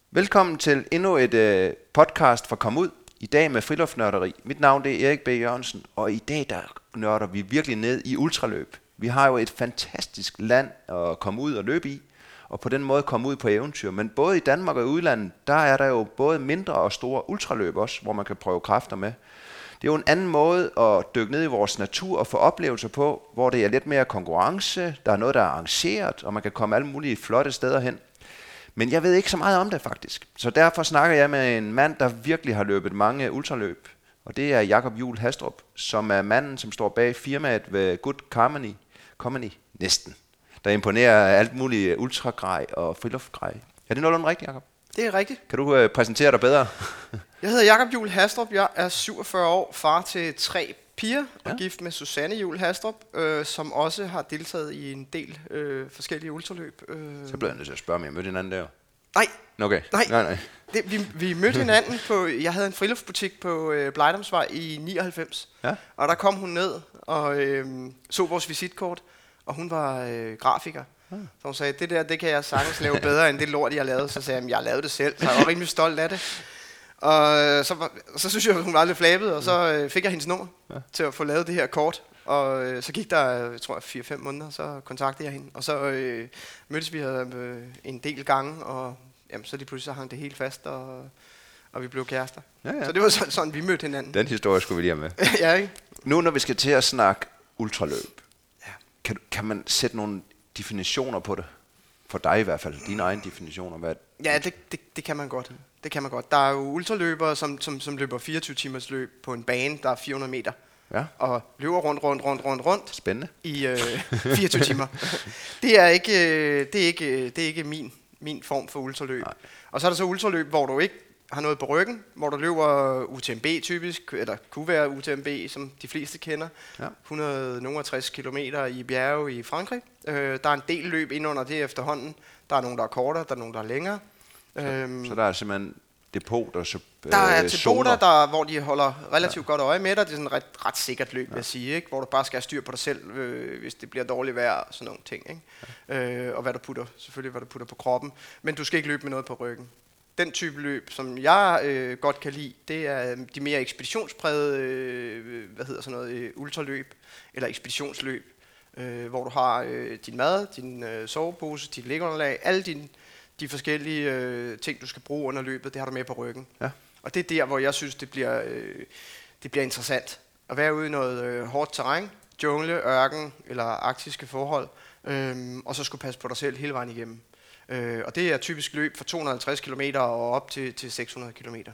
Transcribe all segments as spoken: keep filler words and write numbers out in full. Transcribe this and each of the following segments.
Velkommen til endnu et øh, podcast for Kom Ud. I dag med friluftnørderi. Mit navn det er Erik B. Jørgensen, og i dag der nørder vi virkelig ned i ultraløb. Vi har jo et fantastisk land at komme ud og løbe i, og på den måde komme ud på eventyr. Men både i Danmark og i udlandet, der er der jo både mindre og store ultraløb også, hvor man kan prøve kræfter med. Det er jo en anden måde at dykke ned i vores natur og få oplevelser på, hvor det er lidt mere konkurrence, der er noget, der er arrangeret, og man kan komme alle mulige flotte steder hen. Men jeg ved ikke så meget om det faktisk. Så derfor snakker jeg med en mand, der virkelig har løbet mange ultraløb. Og det er Jakob Juul Hastrup, som er manden, som står bag firmaet ved Good Company, Company næsten, der imponerer alt muligt ultragrej og friluftgrej. Er det nogenlunde rigtigt, Jakob? Det er rigtigt. Kan du øh, præsentere dig bedre? Jeg hedder Jakob Juul Hastrup. Jeg er syvogfyrre år, far til tre piger, ja. Og gift med Susanne Juul Hastrup, øh, som også har deltaget i en del øh, forskellige ultraløb. Øh. Så bliver jeg nødt til at spørge, om jeg mødte hinanden der. Nej. Okay. Nej. nej, nej. Det, vi, vi mødte hinanden på, jeg havde en friluftsbutik på øh, Blejdomsvej i nioghalvfems, ja. Og der kom hun ned og øh, så vores visitkort, og hun var øh, grafiker. Ja. Så hun sagde, det der, det kan jeg sagtens lave bedre end det lort, jeg lavede. Så sagde jeg, jeg lavede det selv, så jeg var rimelig stolt af det. Og så, var, så synes jeg, hun var lidt flabet, og så øh, fik jeg hendes nummer ja. Til at få lavet det her kort. Og øh, så gik der, jeg tror fire fem måneder, så kontaktede jeg hende. Og så øh, mødtes vi øh, en del gange, og jamen, så lige pludselig hang det helt fast, og, og vi blev kærester. Ja, ja. Så det var sådan, sådan, vi mødte hinanden. Den historie skulle vi lige have med. Ja, ikke? Nu når vi skal til at snakke ultraløb, ja. kan, kan man sætte nogle definitioner på det? For dig i hvert fald, dine egne definitioner. Hvad ja, det, det, det kan man godt. Det kan man godt. Der er jo ultraløbere, som, som, som løber fireogtyve timers løb på en bane, der er fire hundrede meter. Ja. Og løber rundt, rundt, rundt, rundt, rundt. Spændende. I øh, fireogtyve timer. Det er ikke, øh, det er ikke, det er ikke min, min form for ultraløb. Nej. Og så er der så ultraløb, hvor du ikke har noget på ryggen, hvor du løber U T M B typisk, eller kunne være U T M B, som de fleste kender. Ja. et hundrede og tres kilometer i bjerge i Frankrig. Øh, der er en del løb ind under det efterhånden. Der er nogen, der er kortere, der er nogen, der er længere. Så, øhm, så der er simpelthen depoter, så der er øh, depoter, der, hvor de holder relativt ja. Godt øje med dig. Det er sådan et ret, ret sikkert løb, ja. Vil jeg sige, ikke? Hvor du bare skal have styr på dig selv, øh, hvis det bliver dårligt vejr og sådan nogle ting. Ikke? Ja. Øh, og hvad du putter, selvfølgelig hvad du putter på kroppen. Men du skal ikke løbe med noget på ryggen. Den type løb, som jeg øh, godt kan lide, det er de mere ekspeditionsprægede, øh, hvad hedder sådan noget, øh, ultraløb eller ekspeditionsløb, øh, hvor du har øh, din mad, din øh, sovepose, dit liggeunderlag, alle dine de forskellige øh, ting, du skal bruge under løbet, det har du med på ryggen. Ja. Og det er der, hvor jeg synes, det bliver, øh, det bliver interessant. At være ude i noget øh, hårdt terræn, jungle, ørken eller arktiske forhold, øh, og så skulle passe på dig selv hele vejen igennem. Øh, og det er typisk løb fra to hundrede og halvtreds kilometer og op til, til seks hundrede kilometer.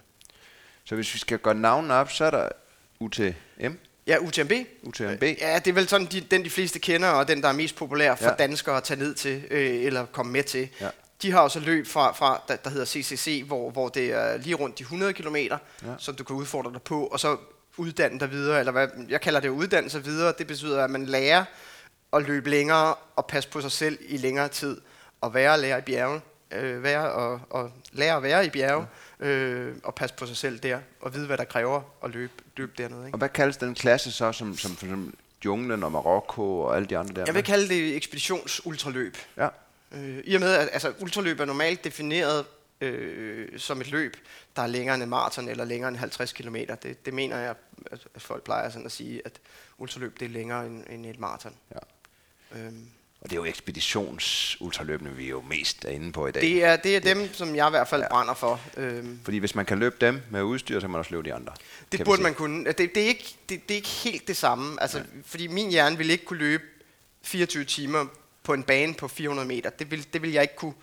Så hvis vi skal gøre navnene op, så er der U T M? Ja, U T M B. U T M B. Ja, det er vel sådan de, den, de fleste kender, og den, der er mest populær for ja. Danskere at tage ned til, øh, eller komme med til. Ja. De har også løb fra, fra der, der hedder C C C, hvor, hvor det er lige rundt de hundrede kilometer, ja. Som du kan udfordre dig på, og så uddanne dig videre, eller hvad, jeg kalder det uddanne sig videre. Det betyder, at man lærer at løbe længere og passe på sig selv i længere tid, og være og lære i bjerge, øh, være og, og lære at være i bjerge, ja. øh, og passe på sig selv der, og vide, hvad der kræver at løbe, løbe dernede. Ikke? Og hvad kaldes den klasse så, som, som for eksempel junglen og Marokko og alle de andre der? Jeg vil kalde det ekspeditionsultraløb. Ja. Øh, I og med, at altså, ultraløb er normalt defineret øh, som et løb, der er længere end en maraton eller længere end halvtreds kilometer. Det, det mener jeg, at folk plejer sådan at sige, at ultraløb det er længere end, end et maraton. Ja. Øhm. Og det er jo ekspeditionsultraløbene, vi er jo mest er inde på i dag. Det er, det er dem, som jeg i hvert fald ja. Brænder for. Øhm. Fordi hvis man kan løbe dem med udstyr, så kan man også løbe de andre. Det burde man kunne. Det, det, er ikke, det, det er ikke helt det samme. Altså, fordi min hjerne ville ikke kunne løbe fireogtyve timer på en bane på fire hundrede meter. Det vil, det vil jeg ikke kunne.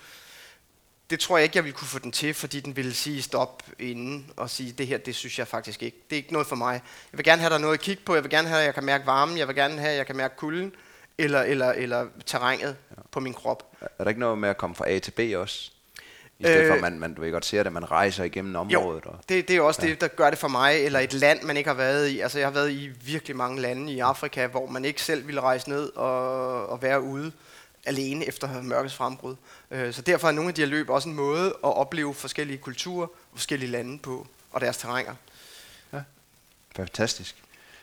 Det tror jeg ikke, jeg ville kunne få den til, fordi den ville sige stop inden og sige, det her, det synes jeg faktisk ikke. Det er ikke noget for mig. Jeg vil gerne have der noget at kigge på. Jeg vil gerne have, at jeg kan mærke varmen. Jeg vil gerne have, at jeg kan mærke kulden. Eller, eller, eller terrænet ja. På min krop. Er der ikke noget med at komme fra A til B også? I stedet øh, for, at man, man, du ikke godt ser det, man rejser igennem området. Jo, og det, det er også ja. Det, der gør det for mig. Eller et land, man ikke har været i. Altså, jeg har været i virkelig mange lande i Afrika, hvor man ikke selv ville rejse ned og, og være ude alene efter mørkets frembrud. Øh, så derfor er nogle af de her løb også en måde at opleve forskellige kulturer og forskellige lande på, og deres terrænger. Ja, fantastisk.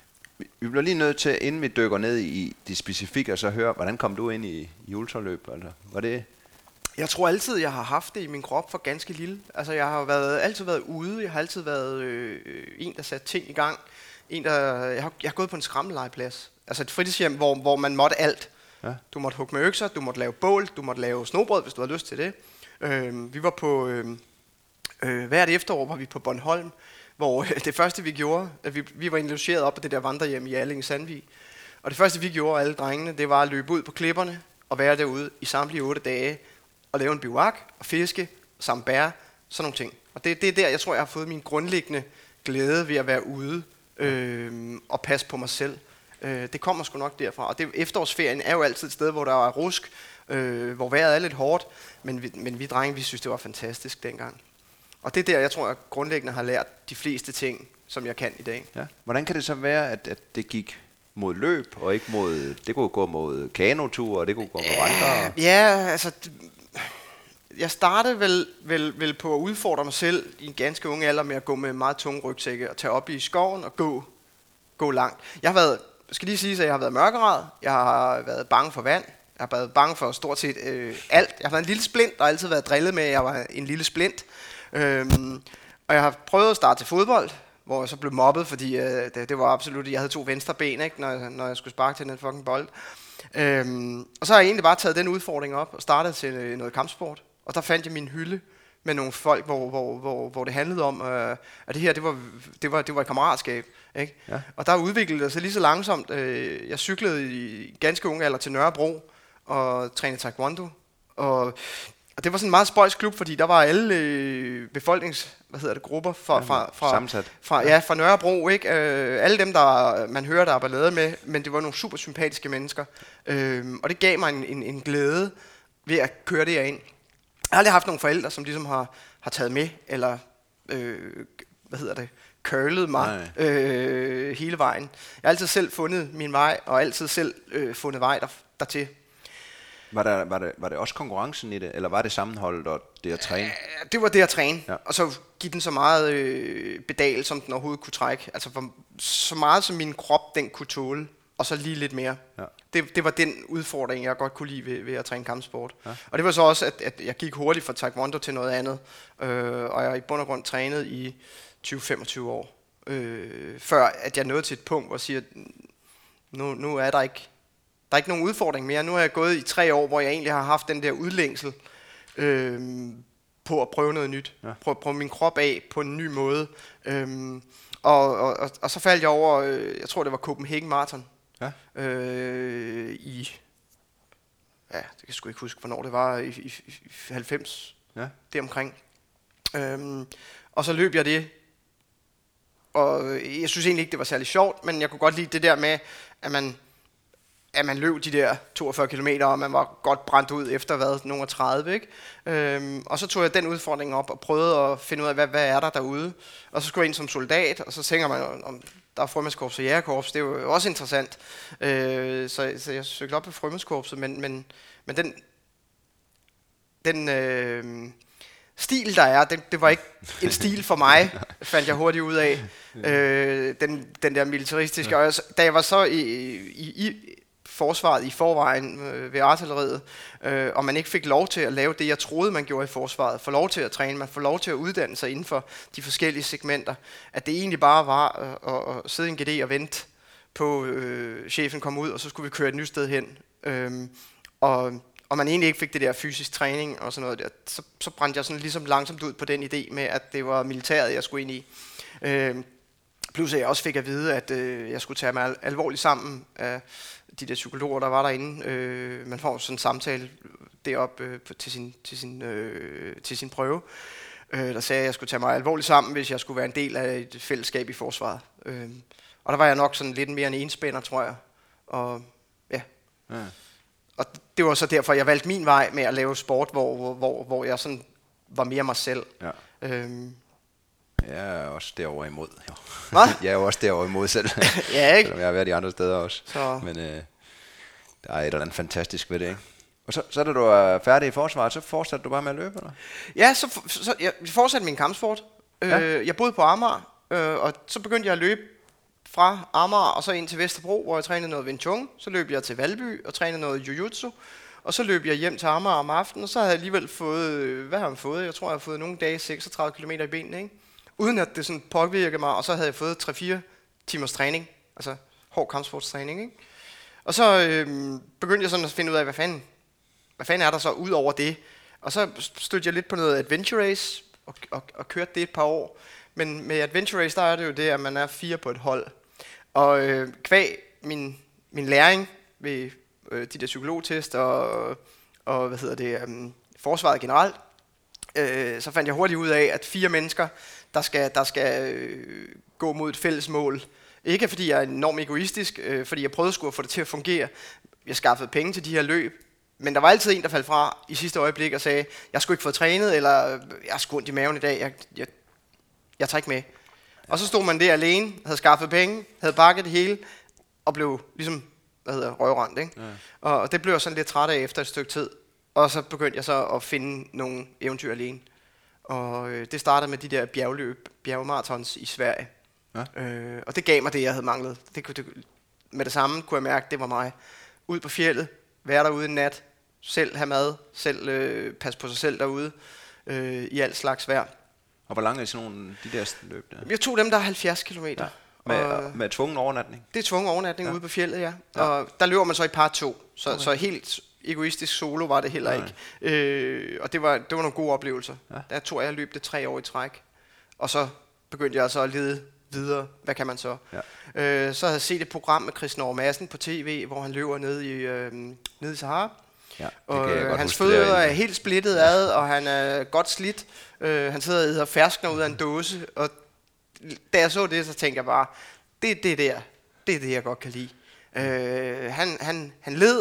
Vi bliver lige nødt til, inden vi dykker ned i de specifikke, og så høre, hvordan kom du ind i, i ultraløb? Altså, var det Jeg tror altid, jeg har haft det i min krop for ganske lille. Altså, jeg har været, altid været ude. Jeg har altid været øh, en, der satte ting i gang. En, der, jeg, har, jeg har gået på en skrammellegeplads. Altså et fritidshjem, hvor, hvor man måtte alt. Ja. Du måtte hugge med økser, du måtte lave bål, du måtte lave snobrød, hvis du havde lyst til det. Øh, vi var på... Øh, øh, hvert efterår var vi på Bornholm, hvor øh, det første, vi gjorde... At vi, vi var indlogeret op på det der vandrehjem i Allinge Sandvig. Og det første, vi gjorde, alle drengene, det var at løbe ud på klipperne og være derude i samtlige otte dage. Og lave en bivak og fiske og samle bær, sådan nogle ting. Og det, det er der, jeg tror, jeg har fået min grundlæggende glæde ved at være ude øh, og passe på mig selv. Øh, det kommer sgu nok derfra. Og det, efterårsferien er jo altid et sted, hvor der er rusk, øh, hvor vejret er lidt hårdt, men vi, men vi drenge, vi synes, det var fantastisk dengang. Og det er der, jeg tror, jeg grundlæggende har lært de fleste ting, som jeg kan i dag. Ja. Hvordan kan det så være, at, at det gik mod løb, og ikke mod... Det kunne gå mod kanotur, og det kunne gå mod vandre? Ja, altså... Jeg startede vel, vel, vel på at udfordre mig selv i en ganske ung alder med at gå med meget tunge rygsække og tage op i skoven og gå, gå langt. Jeg har været, skal lige sige, at jeg har været mørkeret, jeg har været bange for vand, jeg har været bange for stort set øh, alt. Jeg har været en lille splint, og altid været drillet med, at jeg var en lille splint. Øhm, og jeg har prøvet at starte til fodbold, hvor jeg så blev mobbet, fordi øh, det, det var absolut, jeg havde to venstre ben, ikke, når, jeg, når jeg skulle sparke til den fucking bold. Øhm, og så har jeg egentlig bare taget den udfordring op og startet til øh, noget kampsport. Og der fandt jeg min hylde med nogle folk, hvor, hvor, hvor, hvor det handlede om, øh, at det her, det var, det var, det var et kammeratskab. Ikke? Ja. Og der udviklede det sig lige så langsomt. Øh, jeg cyklede i ganske unge alder til Nørrebro og trænede taekwondo. Og, og det var sådan en meget spøjs klub, fordi der var alle øh, befolknings, hvad hedder det, grupper fra, ja, fra, fra, fra, ja, fra Nørrebro. Ikke? Øh, alle dem, der man hører, der er ballade med, men det var nogle super sympatiske mennesker. Øh, og det gav mig en, en, en glæde ved at køre det ind. Jeg har aldrig haft nogle forældre, som ligesom har, har taget med, eller, øh, hvad hedder det, curlet mig øh, hele vejen. Jeg har altid selv fundet min vej, og altid selv øh, fundet vej der, dertil. Var, der, var, det, var det også konkurrencen i det, eller var det sammenholdet og det at træne? Det var det at træne, ja. Og så give den så meget øh, pedal, som den overhovedet kunne trække. Altså for, så meget, som min krop den kunne tåle, og så lige lidt mere. Ja. Det, det var den udfordring, jeg godt kunne lide ved, ved at træne kampsport. Ja. Og det var så også, at, at jeg gik hurtigt fra taekwondo til noget andet. Øh, og jeg i bund og grund trænede i tyve til femogtyve år. Øh, før at jeg nåede til et punkt, hvor jeg siger, nu, nu er der ikke, der er ikke nogen udfordring mere. Nu har jeg gået i tre år, hvor jeg egentlig har haft den der udlængsel øh, på at prøve noget nyt. Ja. Prøve, prøve min krop af på en ny måde. Øh, og, og, og, og så faldt jeg over, øh, jeg tror det var Copenhagen Marathon. Ja. Øh, i ja, det kan jeg sgu ikke huske, hvornår det var, i, i, i halvfems, ja. Deromkring. Øhm, og så løb jeg det, og jeg synes egentlig ikke, det var særlig sjovt, men jeg kunne godt lide det der med, at man, at man løb de der toogfyrre kilometer, og man var godt brændt ud efter hvad, nogle af tredive, ikke? Øhm, og så tog jeg den udfordring op og prøvede at finde ud af, hvad, hvad er der derude. Og så skulle jeg ind som soldat, og så tænker man om der er frømandskorps og jægerkorps, det er jo også interessant. Øh, så, så jeg søgte op på frømandskorpset, men, men, men den, den øh, stil, der er, det, det var ikke en stil for mig, fandt jeg hurtigt ud af. Øh, den, den der militaristiske. Ja. Og da jeg var så i, i, i forsvaret i forvejen øh, ved artilleriet, øh, og man ikke fik lov til at lave det, jeg troede, man gjorde i forsvaret, få lov til at træne, man får lov til at uddanne sig inden for de forskellige segmenter, at det egentlig bare var øh, at, at sidde i en G D og vente på, øh, chefen kom ud, og så skulle vi køre et nyt sted hen. Øh, og, og man egentlig ikke fik det der fysisk træning og sådan noget der, så, så brændte jeg sådan ligesom langsomt ud på den idé med, at det var militæret, jeg skulle ind i. Øh, plus at jeg også fik at vide, at øh, jeg skulle tage mig al- alvorligt sammen af de der psykologer, der var derinde. Øh, man får sådan en samtale deroppe øh, til, sin, til, sin, øh, til sin prøve. Øh, der sagde, at jeg skulle tage mig alvorligt sammen, hvis jeg skulle være en del af et fællesskab i forsvaret. Øh, og der var jeg nok sådan lidt mere en enspænder, tror jeg. Og ja. ja. Og det var så derfor, jeg valgte min vej med at lave sport, hvor, hvor, hvor jeg sådan var mere mig selv. Ja. Øh, Jeg er også derovre imod. Jo. Hvad? Jeg er jo også derovre imod selv. Ja, ikke? Selvom jeg har været de andre steder også. Så. Men øh, der er et eller andet fantastisk ved det, ikke? Og så, så da du er færdig i forsvaret, så fortsatte du bare med at løbe, eller? Ja, så, så jeg fortsatte min kampsport. Ja. Øh, jeg boede på Amager, øh, og så begyndte jeg at løbe fra Amager og så ind til Vesterbro, hvor jeg trænede noget Wing Chun. Så løb jeg til Valby og trænede noget Jiu-Jitsu. Og så løb jeg hjem til Amager om aftenen, og så havde jeg alligevel fået, hvad har jeg fået? Jeg tror, jeg har fået nogle dage seksogtredive kilometer i benene, ikke? Uden at det sådan påvirkede mig, og så havde jeg fået tre fire timers træning, altså hård kampsportstræning, ikke? Og så øh, begyndte jeg sådan at finde ud af, hvad fanden, hvad fanden er der så ud over det? Og så stødte jeg lidt på noget adventure race, og, og, og kørte det et par år. Men med adventure race, der er det jo det, at man er fire på et hold. Og øh, kvæg min, min læring ved øh, de der psykologtest og, og hvad hedder det, øh, forsvaret generelt, øh, så fandt jeg hurtigt ud af, at fire mennesker, der skal, der skal øh, gå mod et fælles mål. Ikke fordi jeg er enormt egoistisk, øh, fordi jeg prøvede at få det til at fungere. Jeg skaffede penge til de her løb. Men der var altid en, der faldt fra i sidste øjeblik og sagde, jeg skulle ikke få trænet, eller jeg har sgu ondt i maven i dag, jeg, jeg, jeg tager ikke med. Og så stod man der alene, havde skaffet penge, havde bakket det hele, og blev ligesom, hvad hedder, røvrendt, ikke? Ja. Og det blev jeg sådan lidt træt af efter et stykke tid. Og så begyndte jeg så at finde nogle eventyr alene. Og øh, det startede med de der bjergløb, bjergmarathons i Sverige. Ja. Øh, og det gav mig det, jeg havde manglet. Det, det, med det samme kunne jeg mærke, det var mig. Ud på fjeldet, være derude en nat, selv have mad, selv øh, passe på sig selv derude, øh, i alt slags vejr. Og hvor langt er sådan nogle de der løb der? Jeg tog dem, der er halvfjerds kilometer. Ja. Med, med tvungen overnatning? Det er tvungen overnatning, ja. Ude på fjeldet, ja. ja. Og der løber man så i par to, så, okay. så helt egoistisk solo var det heller ikke. Øh, og det var, det var nogle gode oplevelser. Ja. Der tror jeg, jeg løb det tre år i træk. Og så begyndte jeg så at lede videre. Hvad kan man så? Ja. Øh, så havde jeg set et program med Chris Norge Madsen på tv, hvor han løber ned i, øh, ned i Sahara. Ja, og øh, hans fødder er helt splittet ad, og han er godt slidt. Øh, han sidder og æder ferskner ud af en dåse. Og da jeg så det, så tænkte jeg bare, det, det der, det er det, jeg godt kan lide. Øh, han, han, han led,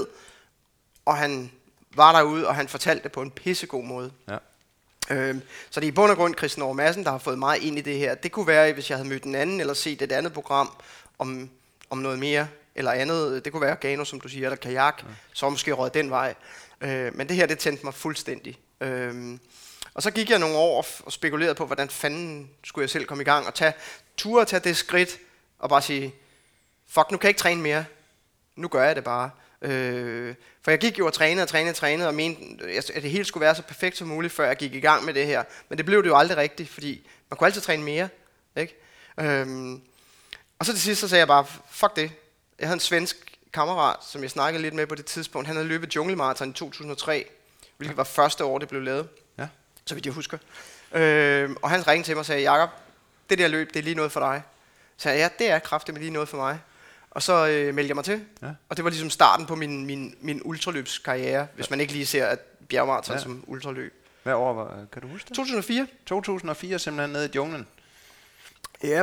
og han var derude, og han fortalte det på en pissegod måde. Ja. Øh, så det er i bund og grund Chris Norge Madsen, der har fået mig ind i det her. Det kunne være, hvis jeg havde mødt en anden, eller set et andet program om, om noget mere, eller andet. Det kunne være Gano, som du siger, eller kajak, ja. Så måske røget den vej. Øh, men det her, det tændte mig fuldstændig. Øh, og så gik jeg nogle år og spekulerede på, hvordan fanden skulle jeg selv komme i gang, og tage ture og tage det skridt, og bare sige, fuck, nu kan jeg ikke træne mere. Nu gør jeg det bare. Øh, for jeg gik jo og trænede og trænede og trænede, og mente, at det hele skulle være så perfekt som muligt, før jeg gik i gang med det her. Men det blev det jo aldrig rigtigt, fordi man kunne altid træne mere. Ikke? Øh, og så til sidst, så sagde jeg bare, fuck det. Jeg havde en svensk kammerat, som jeg snakkede lidt med på det tidspunkt. Han havde løbet Djungelmarathon i to tusind og tre, hvilket var første år, det blev lavet. Ja. Så vidt jeg husker. Øh, og han ringede til mig og sagde, Jakob, det der løb, det er lige noget for dig. Så sagde jeg, ja, det er kraftigt, men lige noget for mig. Og så øh, meldte jeg mig til. Ja. Og det var ligesom starten på min, min, min ultraløbskarriere, hvis ja. Man ikke lige ser at bjergmarathon ja. Som ultraløb. Hvad år var, kan du huske det? to tusind og fire. to tusind og fire, simpelthen nede i junglen. Yep.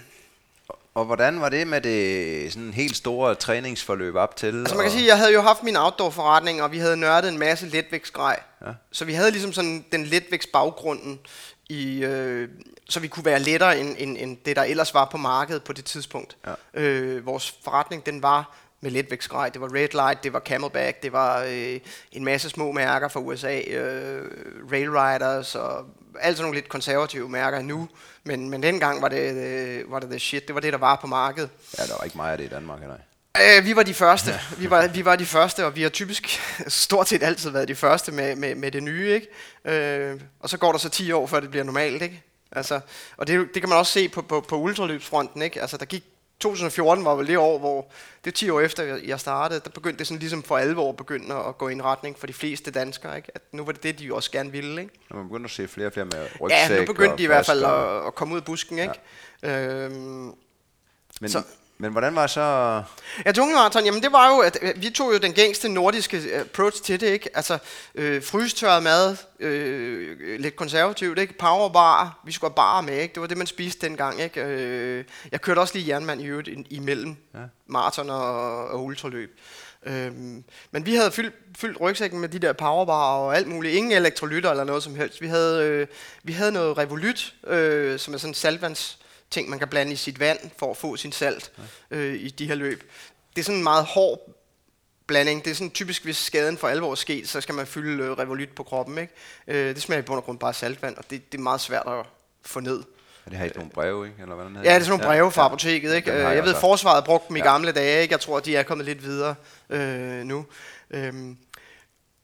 Og hvordan var det med det sådan helt store træningsforløb op til? Altså man kan sige, jeg havde jo haft min outdoor-forretning, og vi havde nørdet en masse letvægtsgrej. Ja. Så vi havde ligesom sådan den letvægtsbaggrunden, i, øh, så vi kunne være lettere end, end, end det, der ellers var på markedet på det tidspunkt. Ja. Øh, vores forretning, den var med letvægtsgrej. Det var Red Light, det var Camelback, det var øh, en masse små mærker fra U S A, øh, Rail Riders og alt sådan nogle lidt konservative mærker nu, men, men dengang var det, øh, var det the shit, det var det, der var på markedet. Ja, der var ikke meget af det i Danmark, eller? Øh, vi var de første, ja. vi, var, vi var de første, og vi har typisk stort set altid været de første med, med, med det nye, ikke? Øh, og så går der så ti år, før det bliver normalt, ikke? Altså, og det, det kan man også se på, på, på ultraløbsfronten, ikke? Altså, der gik to tusind og fjorten var vel det år, hvor det er ti år efter jeg startede, der begyndte det sådan ligesom for alvor begynde at gå i en retning for de fleste danskere, ikke? At nu var det det, de også gerne ville, ikke? Når man begyndte at se flere og flere med rygsæk. Ja, nu begyndte de i hvert fald at, at komme ud af busken, ikke? Ja. Øhm, men, så. men hvordan var så... Ja, Djungelmarathon, jamen det var jo, at vi tog jo den gængste nordiske approach til det, ikke? Altså øh, frystørret mad, øh, lidt konservativt, ikke? Powerbar, vi skulle have barer med, ikke? Det var det, man spiste dengang, ikke? Øh, jeg kørte også lige jernmand i øvrigt imellem ja. Marathon og, og ultraløb. Øhm, men vi havde fyldt, fyldt rygsækken med de der powerbar og alt muligt. Ingen elektrolytter eller noget som helst. Vi havde, øh, vi havde noget Revolut, øh, som er sådan en saltvands ting, man kan blande i sit vand for at få sin salt øh, i de her løb. Det er sådan en meget hård blanding. Det er sådan typisk, hvis skaden for alvor er sket, så skal man fylde øh, Revolut på kroppen, ikke? Øh, det smager i bund og grund bare saltvand, og det, det er meget svært at få ned. Og det har ikke nogle breve, ikke? Eller hvordan ja, det er sådan nogle breve ja, fra apoteket, ikke? Jeg, jeg ved, at forsvaret brugte dem i ja. gamle dage, ikke? Jeg tror, de er kommet lidt videre øh, nu. Øhm,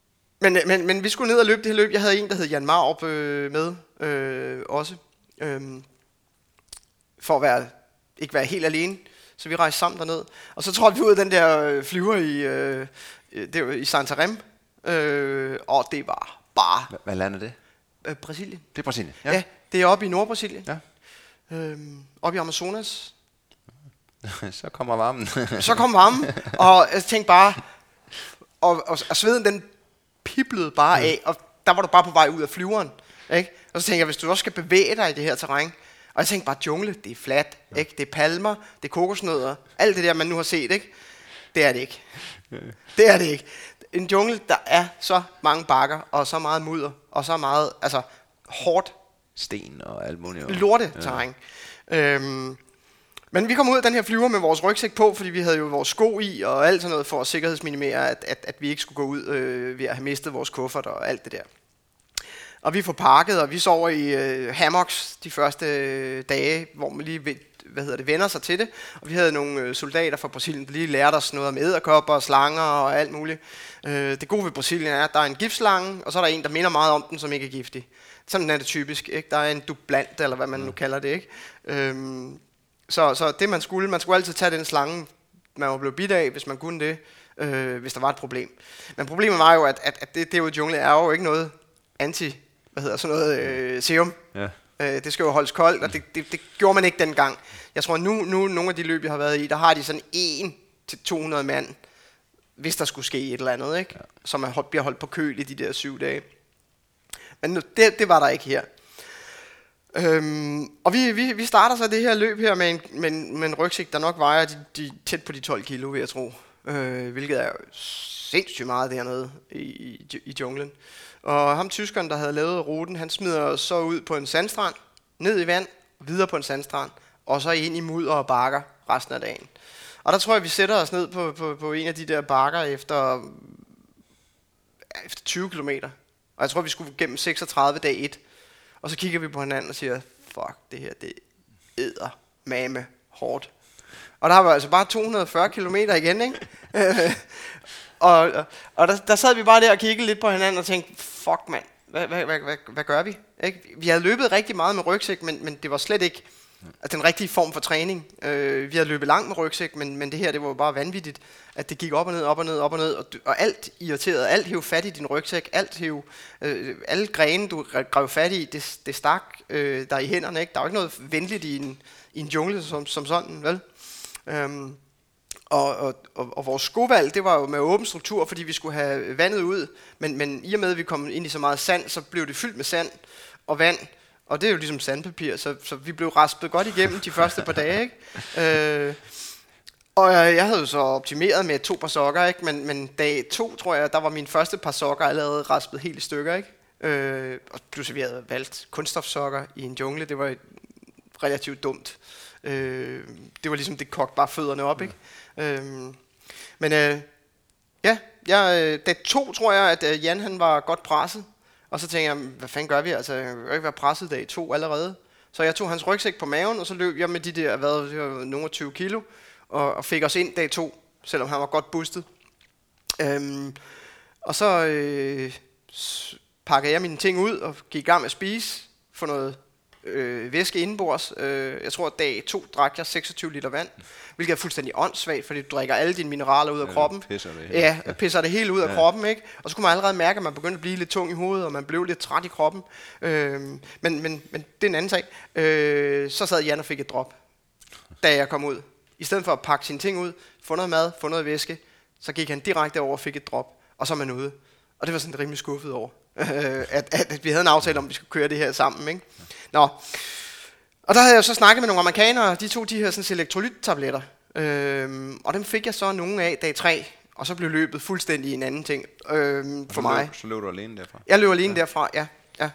Men, men, men vi skulle ned og løbe det her løb. Jeg havde en, der hed Jan Marup øh, med øh, også. Øh, for at være, ikke være helt alene. Så vi rejste sammen derned. Og så trådte vi ud af den der øh, flyver i, øh, det var i Santarém. Øh, og det var bare... H- Hvad land er det? Øh, Brasilien. Det er Brasilien, ja. Ja, det er oppe i Nordbrasilien. Ja. Øh, oppe i Amazonas. Så kommer varmen. Så kom varmen. Og jeg tænkte bare... Og, og, og sveden den piblede bare af. Og der var du bare på vej ud af flyveren. Ikke? Og så tænkte jeg, hvis du også skal bevæge dig i det her terræn... Og jeg tænkte bare, jungle, det er fladt, ja. Ikke? Det er palmer, det er kokosnødder, alt det der, man nu har set, ikke? Det er det ikke. Ja. Det er det ikke. En jungle, der er så mange bakker, og så meget mudder, og så meget, altså, hårdt. Sten og alt muligt. Lorteterræn. Ja. Øhm, men vi kom ud af den her flyver med vores rygsæk på, fordi vi havde jo vores sko i, og alt sådan noget, for at sikkerhedsminimere, at, at, at vi ikke skulle gå ud øh, ved at have mistet vores kuffert og alt det der. Og vi får parket, og vi sover i øh, hammocks de første øh, dage, hvor man lige hvad hedder det, vender sig til det. Og vi havde nogle øh, soldater fra Brasilien, der lige lærte os noget om edderkopper og slanger og alt muligt. Øh, det gode ved Brasilien er, at der er en giftslange, og så er der en, der minder meget om den, som ikke er giftig. Sådan er det typisk, ikke? Der er en dublant, eller hvad man nu kalder det, ikke? Øhm, så, så det man skulle, man skulle altid tage den slange, man var blevet bidt af, hvis man kunne det, øh, hvis der var et problem. Men problemet var jo, at, at, at det, det jo i jungle er jo ikke noget anti... hvad hedder sådan noget, øh, serum. Ja. Øh, det skal jo holdes koldt, og det, det, det gjorde man ikke dengang. Jeg tror, nu, nu nogle af de løb, jeg har været i, der har de sådan en til to hundrede mand, hvis der skulle ske et eller andet, ikke? Ja. Som er holdt, bliver holdt på køl i de der syv dage. Men nu, det, det var der ikke her. Øhm, og vi, vi, vi starter så det her løb her med en, med en, med en rygsæk, der nok vejer de, de, tæt på de tolv kilo, vil jeg tro. Øh, hvilket er sindssygt meget dernede i, i, i junglen. Og ham tyskeren, der havde lavet ruten, han smider os så ud på en sandstrand, ned i vand, videre på en sandstrand, og så ind i mudder og bakker resten af dagen. Og der tror jeg, vi sætter os ned på, på, på en af de der bakker efter, efter tyve kilometer. Og jeg tror, vi skulle gennem seksogtredive dag et. Og så kigger vi på hinanden og siger, fuck, det her, det æder mame hårdt. Og der har vi altså bare to hundrede og fyrre kilometer igen, ikke? og og, og der, der sad vi bare der og kiggede lidt på hinanden og tænkte, fuck mand, hvad, hvad, hvad, hvad, hvad gør vi? Ikke? Vi havde løbet rigtig meget med rygsæk, men, men det var slet ikke den rigtige form for træning. Øh, vi havde løbet langt med rygsæk, men, men det her, det var jo bare vanvittigt, at det gik op og ned, op og ned, op og ned, og, og alt irriterede, alt hæv fat i din rygsæk, alt hæv, øh, alle grene, du grev fat i, det, det stak øh, der i hænderne, ikke? Der er jo ikke noget venligt i en, i en jungle som, som sådan, vel? Øhm, og, og, og, og vores skovalg, det var jo med åben struktur, fordi vi skulle have vandet ud, men, men i og med, at vi kom ind i så meget sand, så blev det fyldt med sand og vand, og det er jo ligesom sandpapir, så, så vi blev raspet godt igennem de første par dage, ikke? Øh, og jeg, jeg havde jo så optimeret med to par sokker, ikke? Men, men dag to, tror jeg, der var min første par sokker allerede raspet helt i stykker, ikke? Øh, og pludselig vi havde valgt kunststofsokker i en jungle, det var relativt dumt. Øh, det var ligesom, det kogte bare fødderne op, ikke? Mm. Øh, men øh, ja, jeg, dag to tror jeg, at øh, Jan han var godt presset. Og så tænkte jeg, hvad fanden gør vi? Altså, jeg kan jo ikke være presset dag to allerede. Så jeg tog hans rygsæk på maven, og så løb jeg med de der, hvad, det var nogle tyve kilo, og, og fik os ind dag to, selvom han var godt boostet. Øhm, og så øh, pakkede jeg mine ting ud, og gik i gang med at spise, få noget øh, væske indenbords. Øh, jeg tror, at dag to drak jeg seksogtyve liter vand, hvilket er fuldstændig åndssvagt, fordi du drikker alle dine mineraler ud af ja, kroppen. Pisser det hele. Ja, pisser det hele ud af ja. kroppen, ikke? Og så kunne man allerede mærke, at man begyndte at blive lidt tung i hovedet, og man blev lidt træt i kroppen. Øh, men, men, men det er en anden sag. Øh, så sad Jan og fik et drop, da jeg kom ud. I stedet for at pakke sine ting ud, få noget mad, få noget væske, så gik han direkte over og fik et drop, og så er man ude. Og det var sådan rimelig skuffet over, at, at, at vi havde en aftale om, at vi skulle køre det her sammen, ikke? Nå. Og der havde jeg så snakket med nogle amerikanere, de tog de her sådan elektrolyttabletter, øhm, og dem fik jeg så nogle af dag tre, og så blev løbet fuldstændig en anden ting øhm, for mig. Så løb du alene derfra? Jeg løb alene ja. derfra, ja. ja.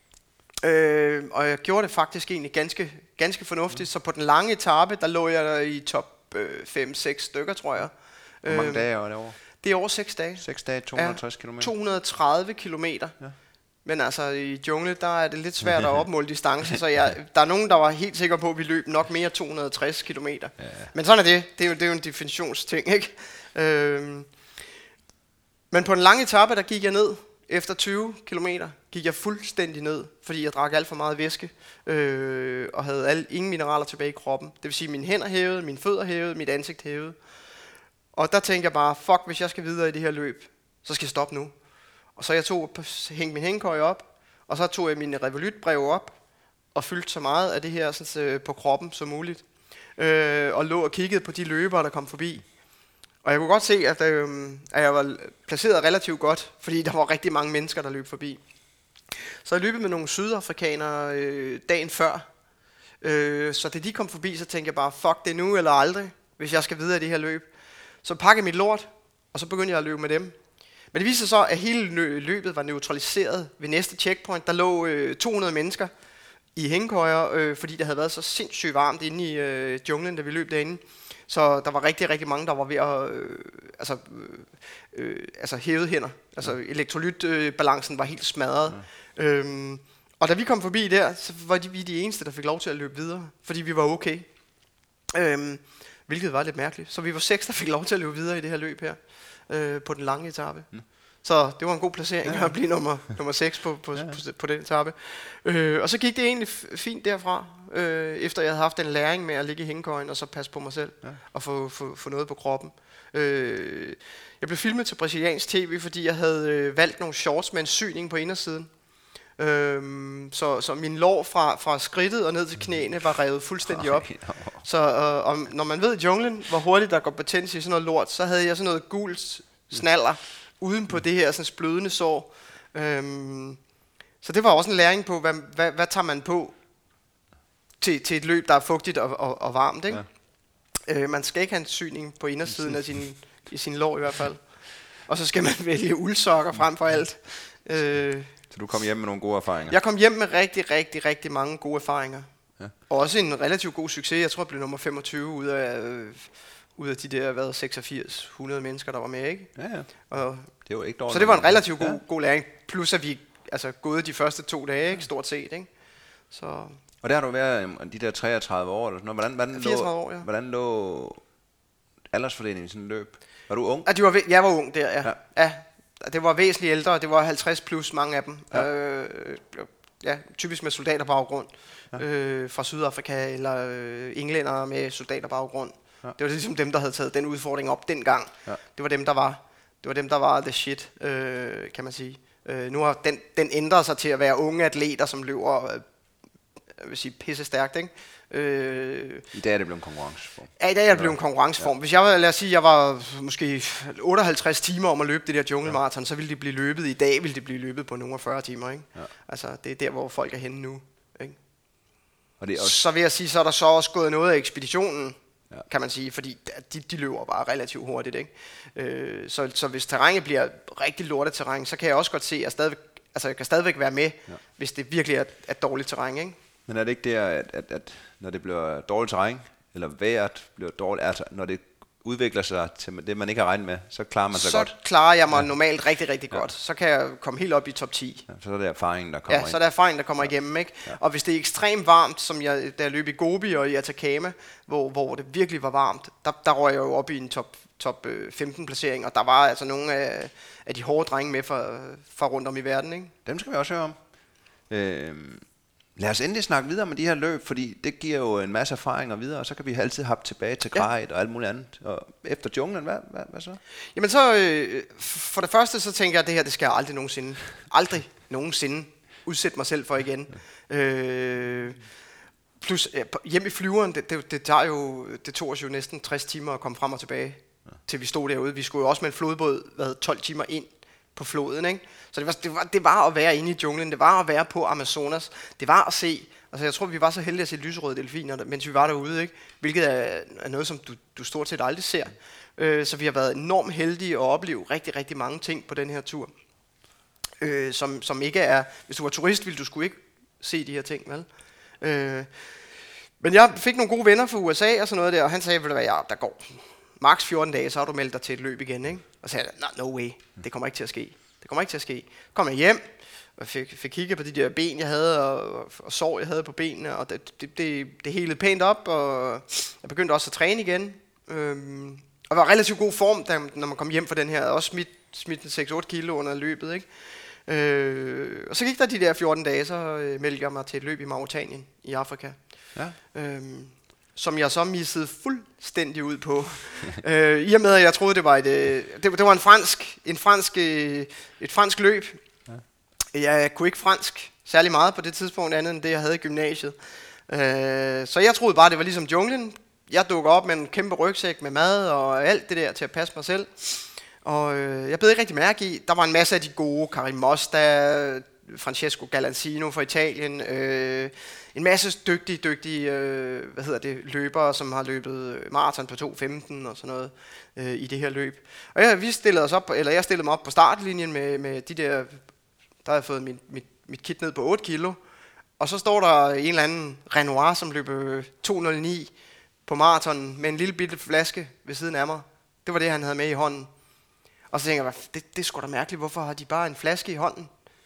Øh, og jeg gjorde det faktisk egentlig ganske, ganske fornuftigt, mm. så på den lange etape, der lå jeg der i top øh, fem seks stykker, tror jeg. Hvor mange øhm, dage var det over? Det er over seks dage. seks dage, to hundrede og tres ja, kilometer? to hundrede og tredive kilometer. Ja. Men altså i jungle, der er det lidt svært at opmåle distancen, så jeg, der er nogen, der var helt sikre på, at vi løb nok mere to hundrede og tres kilometer. Ja. Men sådan er det. Det er jo, det er jo en definitionsting, ikke? Øhm. Men på den lange etape, der gik jeg ned efter tyve kilometer gik jeg fuldstændig ned, fordi jeg drak alt for meget væske, øh, og havde alle, ingen mineraler tilbage i kroppen. Det vil sige, mine hænder hævede, mine fødder hævede, mit ansigt hævede. Og der tænkte jeg bare, fuck, hvis jeg skal videre i det her løb, så skal jeg stoppe nu. Og så jeg tog, hængte min hængekøje op, og så tog jeg mine Revolut-brev op, og fyldte så meget af det her sådan, øh, på kroppen som muligt. Øh, og lå og kiggede på de løbere, der kom forbi. Og jeg kunne godt se, at, øh, at jeg var placeret relativt godt, fordi der var rigtig mange mennesker, der løb forbi. Så jeg løbet med nogle sydafrikanere øh, dagen før. Øh, så da de kom forbi, så tænkte jeg bare, fuck, det er nu eller aldrig, hvis jeg skal videre i det her løb. Så pakkede jeg mit lort, og så begyndte jeg at løbe med dem. Men det viste sig så, at hele løbet var neutraliseret ved næste checkpoint. Der lå øh, to hundrede mennesker i hængekøjer, øh, fordi det havde været så sindssygt varmt inde i øh, junglen, da vi løb derinde. Så der var rigtig, rigtig mange, der var ved at øh, altså, øh, altså hævede hænder. Altså ja. Elektrolytbalancen øh, var helt smadret. Ja. Øhm, og da vi kom forbi der, så var de, vi de eneste, der fik lov til at løbe videre, fordi vi var okay. Øhm, hvilket var lidt mærkeligt. Så vi var seks, der fik lov til at løbe videre i det her løb her, øh, på den lange etape. Ja. Så det var en god placering ja. At blive nummer, nummer seks på, på, ja. på, på den etape. Øh, og så gik det egentlig f- fint derfra, øh, efter jeg havde haft en læring med at ligge i hængekøjen og så passe på mig selv ja. Og få, få, få noget på kroppen. Øh, jeg blev filmet til brasiliansk tv, fordi jeg havde øh, valgt nogle shorts med en syning på indersiden. Øh, så, så min lår fra, fra skridtet og ned til knæene var revet fuldstændig op. Så øh, om, når man ved i junglen, hvor hurtigt der går betændelse i sådan noget lort, så havde jeg sådan noget gult snaller uden på det her sådan blødende sår. Øhm, så det var også en læring på, hvad, hvad, hvad tager man på til, til et løb, der er fugtigt og, og, og varmt. Ikke? Ja. Øh, man skal ikke have en syning på indersiden af sin, i sin lår i hvert fald. Og så skal man vælge uldsokker frem for alt. Øh, så du kom hjem med nogle gode erfaringer? Jeg kom hjem med rigtig, rigtig, rigtig mange gode erfaringer. Ja. Og også en relativt god succes. Jeg tror, jeg blev nummer femogtyve ud af... Øh, ud af de der hvad, seksogfirs hundrede mennesker, der var med, ikke? Ja, ja. Og det var ikke dårligt. Så det var en relativt god, ja. god læring. Plus at vi altså gået de første to dage, ikke? Stort set, ikke? Så. Og der har du været de der treogtredive år eller sådan noget. Hvordan, hvordan fireogtredive år, ja. Hvordan lå aldersfordelingen i sådan et løb? Var du ung? Ja, de var, jeg var ung der, ja. ja. Ja, det var væsentligt ældre. Det var halvtreds plus mange af dem. Ja, øh, ja typisk med soldaterbaggrund. Ja. Øh, fra Sydafrika eller øh, englænder med soldaterbaggrund. Ja. Det var ligesom dem, der havde taget den udfordring op dengang. Ja. Det var dem, der var, det var dem, der var the shit, øh, kan man sige. Øh, nu har den, den ændret sig til at være unge atleter, som løber, øh, jeg vil sige, pisse stærkt, ikke? Øh, I dag er det blevet en konkurrenceform. Ja, i dag er det blevet en konkurrenceform. Ja. Hvis jeg, lad os sige, jeg var måske otteoghalvtreds timer om at løbe det der jungle-marathon, ja. Så ville det blive løbet i dag, ville det blive løbet på nogle fyrre timer, ikke? Ja. Altså, det er der, hvor folk er henne nu, ikke? Og det er også... Så vil jeg sige, så er der så også gået noget af ekspeditionen, ja. Kan man sige, fordi de, de løber bare relativt hurtigt, ikke? Øh, så, så hvis terrænet bliver rigtig lortet terræn, så kan jeg også godt se, at jeg, stadigvæk, altså jeg kan stadigvæk være med, ja. Hvis det virkelig er, er dårligt terræn, ikke? Men er det ikke der, at, at, at når det bliver dårligt terræn, eller vejret bliver dårligt, altså når det udvikler sig til det, man ikke har regnet med, så klarer man sig så godt? Så klarer jeg mig ja. normalt rigtig, rigtig ja. godt. Så kan jeg komme helt op i top ti. Ja, så er det erfaringen, der kommer Ja, så er det erfaringen, der kommer ja. igennem, ikke? Ja. Og hvis det er ekstremt varmt, som jeg, da jeg løb i Gobi og i Atacama, hvor, hvor det virkelig var varmt, der, der røg jeg jo op i en top, top femten placering, og der var altså nogle af, af de hårde drenge med fra, fra rundt om i verden, ikke? Dem skal vi også høre om. Øh, Lad os endelig snakke videre med de her løb, fordi det giver jo en masse erfaringer videre, og så kan vi altid hoppe tilbage til Grejet ja. Og alt muligt andet. Og efter junglen, hvad, hvad, hvad så? Jamen så, øh, for det første så tænker jeg, at det her, det skal jeg aldrig nogensinde, aldrig nogensinde udsætte mig selv for igen. Ja. Øh, plus øh, hjem i flyveren, det, det, det, tager jo, det tog os jo næsten tres timer at komme frem og tilbage, ja. Til vi stod derude. Vi skulle jo også med en flodbåd, hvad, tolv timer ind på floden, ikke? Så det var, det, var, det var at være inde i junglen, det var at være på Amazonas, det var at se, altså jeg tror vi var så heldige at se lyserøde delfiner, mens vi var derude, ikke? Hvilket er, er noget, som du, du stort set aldrig ser. Øh, så vi har været enormt heldige at opleve rigtig, rigtig mange ting på den her tur, øh, som, som ikke er, hvis du var turist, ville du skulle ikke se de her ting, vel? Øh, men jeg fik nogle gode venner fra U S A og sådan noget der, og han sagde, ved du hvad, ja, der går maks fjorten dage, så har du meldt dig til et løb igen, ikke? Og så sagde jeg, no, no way, det kommer ikke til at ske. Det kommer ikke til at ske. Så kom jeg hjem, og fik, fik kigget på de der ben, jeg havde, og, og sår, jeg havde på benene, og det, det, det, det helede pænt op, og jeg begyndte også at træne igen. Øhm, og var relativt god form, da, når man kom hjem fra den her, også smidt, smidt seks otte kilo under løbet, ikke? Øh, og så gik der de der fjorten dage, så øh, meldte jeg mig til et løb i Mauretanien i Afrika. Ja. Øhm, som jeg så missede fuldstændig ud på. øh, I og med, at jeg troede, det var et, øh, det, det var en fransk, en fransk, øh, et fransk løb. Ja. Jeg kunne ikke fransk særlig meget på det tidspunkt, andet end det, jeg havde i gymnasiet. Øh, så jeg troede bare, det var ligesom junglen. Jeg dukker op med en kæmpe rygsæk med mad og alt det der til at passe mig selv. Og øh, jeg blev ikke rigtig mærke i, der var en masse af de gode, Karim Mosta, Francesco Galancino fra Italien, øh, en masse dygtige, dygtige øh, hvad hedder det, løbere, som har løbet maraton på to femten og sådan noget øh, i det her løb. Og jeg, vi stillede os op, eller jeg stillede mig op på startlinjen med, med de der, der havde jeg fået mit, mit, mit kit ned på otte kilo, og så står der en eller anden Renoir, som løber to nul ni på maraton med en lille bitte flaske ved siden af mig. Det var det, han havde med i hånden. Og så tænker jeg, det, det er sgu da mærkeligt, hvorfor har de bare en flaske i hånden?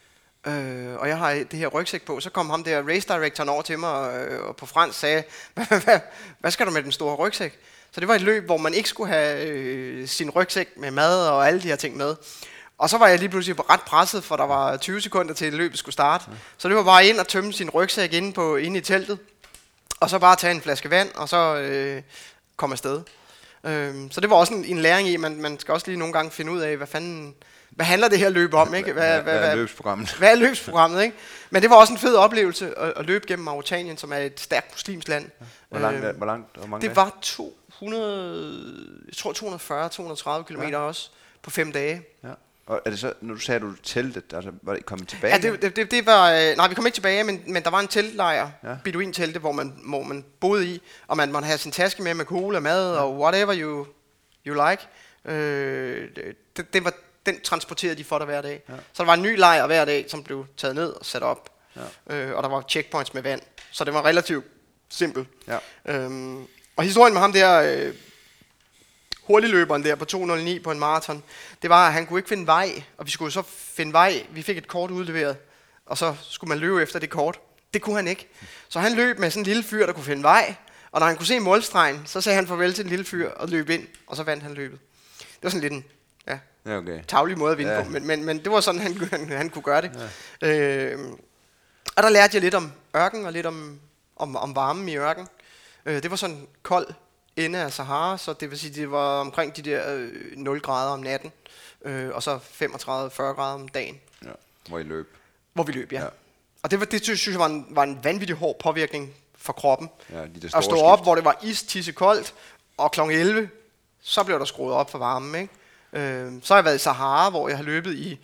Øh, og jeg har det her rygsæk på. Så kom ham der race directoren over til mig øh, og på fransk sagde, hvad skal du med den store rygsæk? Så det var et løb, hvor man ikke skulle have øh, sin rygsæk med mad og alle de her ting med. Og så var jeg lige pludselig ret presset, for der var tyve sekunder til løbet skulle starte. Ja. Så det var bare ind og tømme sin rygsæk inde, på, inde i teltet. Og så bare tage en flaske vand, og så øh, komme afsted. Øh, så det var også en, en læring i, man, man skal også lige nogle gange finde ud af, hvad fanden... Hvad handler det her løb om, ikke? Hvad, hvad, hvad, hvad hvad er løbsprogrammet? Hvad er løbsprogrammet, ikke? Men det var også en fed oplevelse at, at løbe gennem Mauretanien, som er et stærkt muslimsk land. Ja. Hvor langt, øh, hvor langt, hvor mange det var to hundrede, jeg tror to hundrede og fyrre til to hundrede og tredive kilometer, ja. Også, på fem dage. Ja. Og er det så, når du sagde, at du teltet, altså var det kommet tilbage? Ja, det, det, det, det var, øh, nej, vi kom ikke tilbage, men, men der var en teltlejr, ja. Beduin-telte, hvor man, hvor man boede i, og man måtte have sin taske med med cola, mad, ja. Og whatever you, you like. Øh, det, det var den transporterede de for dig hver dag. Ja. Så der var en ny lejr hver dag, som blev taget ned og sat op. Ja. Øh, og der var checkpoints med vand. Så det var relativt simpelt. Ja. Øhm, og historien med ham der, øh, hurtigløberen der på to nul ni på en maraton, det var, at han kunne ikke finde vej. Og vi skulle så finde vej. Vi fik et kort udleveret. Og så skulle man løbe efter det kort. Det kunne han ikke. Så han løb med sådan en lille fyr, der kunne finde vej. Og når han kunne se målstregen, så sagde han farvel til den lille fyr og løb ind. Og så vandt han løbet. Det var sådan lidt en... Ja, okay. Tavlig måde at vinde ja. På, men, men, men det var sådan, han, han, han kunne gøre det. Ja. Øh, og der lærte jeg lidt om ørken og lidt om, om, om varmen i ørken. Øh, det var sådan en kold ende af Sahara, så det vil sige, det var omkring de der øh, nul grader om natten, øh, og så femogtredive til fyrre grader om dagen. Ja. Hvor I løb. Hvor vi løb, ja. ja. Og det, var, det synes jeg var en, var en vanvittig hård påvirkning for kroppen. Ja, de der store at stå op, skift. Hvor det var istisse koldt, og klokken elleve, så blev der skruet op for varmen, ikke? Øh, så har jeg været i Sahara, hvor jeg har løbet i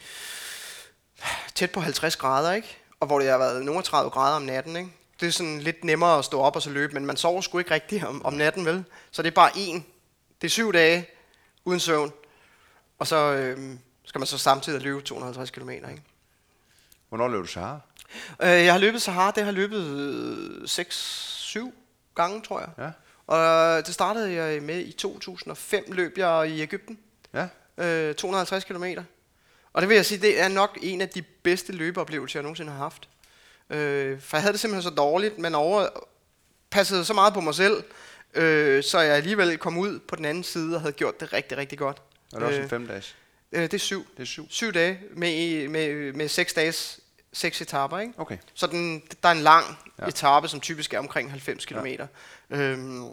tæt på halvtreds grader, ikke? Og hvor det har været nogle tredive grader om natten, ikke? Det er sådan lidt nemmere at stå op og så løbe, men man sover sgu ikke rigtigt om, om natten, vel? Så det er bare én. Det er syv dage uden søvn, og så øh, skal man så samtidig løbe to hundrede og halvtreds kilometer, ikke? Hvornår løb du Sahara? Øh, jeg har løbet Sahara, det har jeg løbet seks syv gange, tror jeg. Ja. Og det startede jeg med i to tusind og fem, løb jeg i Egypten. Ja. Øh, to hundrede og halvtreds kilometer. Og det vil jeg sige, det er nok en af de bedste løbeoplevelser, jeg nogensinde har haft. Øh, for jeg havde det simpelthen så dårligt, men over passede så meget på mig selv, øh, så jeg alligevel kom ud på den anden side og havde gjort det rigtig, rigtig godt. Er det også en fem dages? Øh, det er syv. Det er syv. Syv dage med, med, med seks dages, seks etaper, ikke? Okay. Så den, der er en lang ja. Etape, som typisk er omkring halvfems kilometer. Ja. Øhm,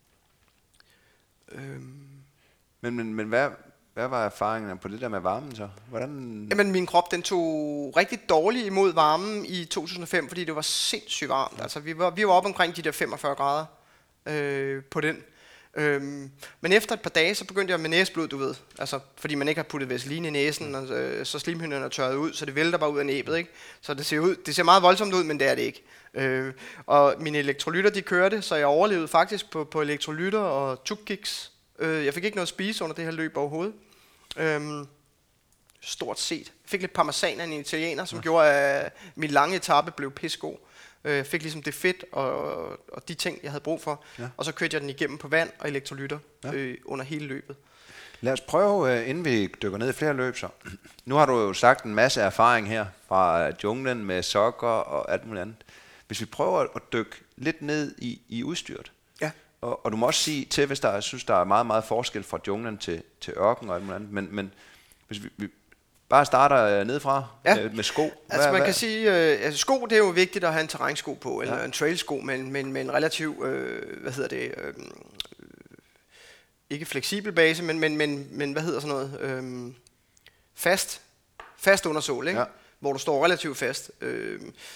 øhm. Men, men, men hvad... Hvad var erfaringerne på det der med varmen så? Hvordan? Jamen min krop, den tog rigtig dårligt imod varmen i to tusind og fem, fordi det var sindssygt varmt. Ja. Altså vi var, vi var oppe omkring de der femogfyrre grader øh, på den. Øhm, men efter et par dage, så begyndte jeg med næseblod, du ved. Altså fordi man ikke har puttet vaseline i næsen, og, øh, så slimhinderne er tørret ud, så det vælter bare ud af næbet, ikke? Så det ser, ud, det ser meget voldsomt ud, men det er det ikke. Øh, og mine elektrolytter, de kørte, så jeg overlevede faktisk på, på elektrolytter og tugkiks. Jeg fik ikke noget at spise under det her løb overhovedet. Øhm, stort set. Jeg fik lidt parmesan af en italiener, som ja. Gjorde, at min lange etape blev pissegod. Jeg fik ligesom det fedt og, og de ting, jeg havde brug for. Ja. Og så kørte jeg den igennem på vand og elektrolytter ja. øh, under hele løbet. Lad os prøve, inden vi dykker ned i flere løb så. Nu har du jo sagt en masse erfaring her fra junglen med sokker og alt muligt andet. Hvis vi prøver at dykke lidt ned i, i udstyret. Ja. Og, og du må også sige til, hvis der synes, der er meget, meget forskel fra junglen til, til ørken og alt muligt andet. Men, men hvis vi, vi bare starter nedefra ja. med, med sko. Hvad, altså man hvad? kan sige, øh, altså sko, det er jo vigtigt at have en terrænsko på, eller ja. en trailsko, men, men, men en relativ, øh, hvad hedder det, øh, ikke fleksibel base, men, men, men, men hvad hedder sådan noget, øh, fast, fast undersål, ikke? Ja. Hvor du står relativt fast. Øh,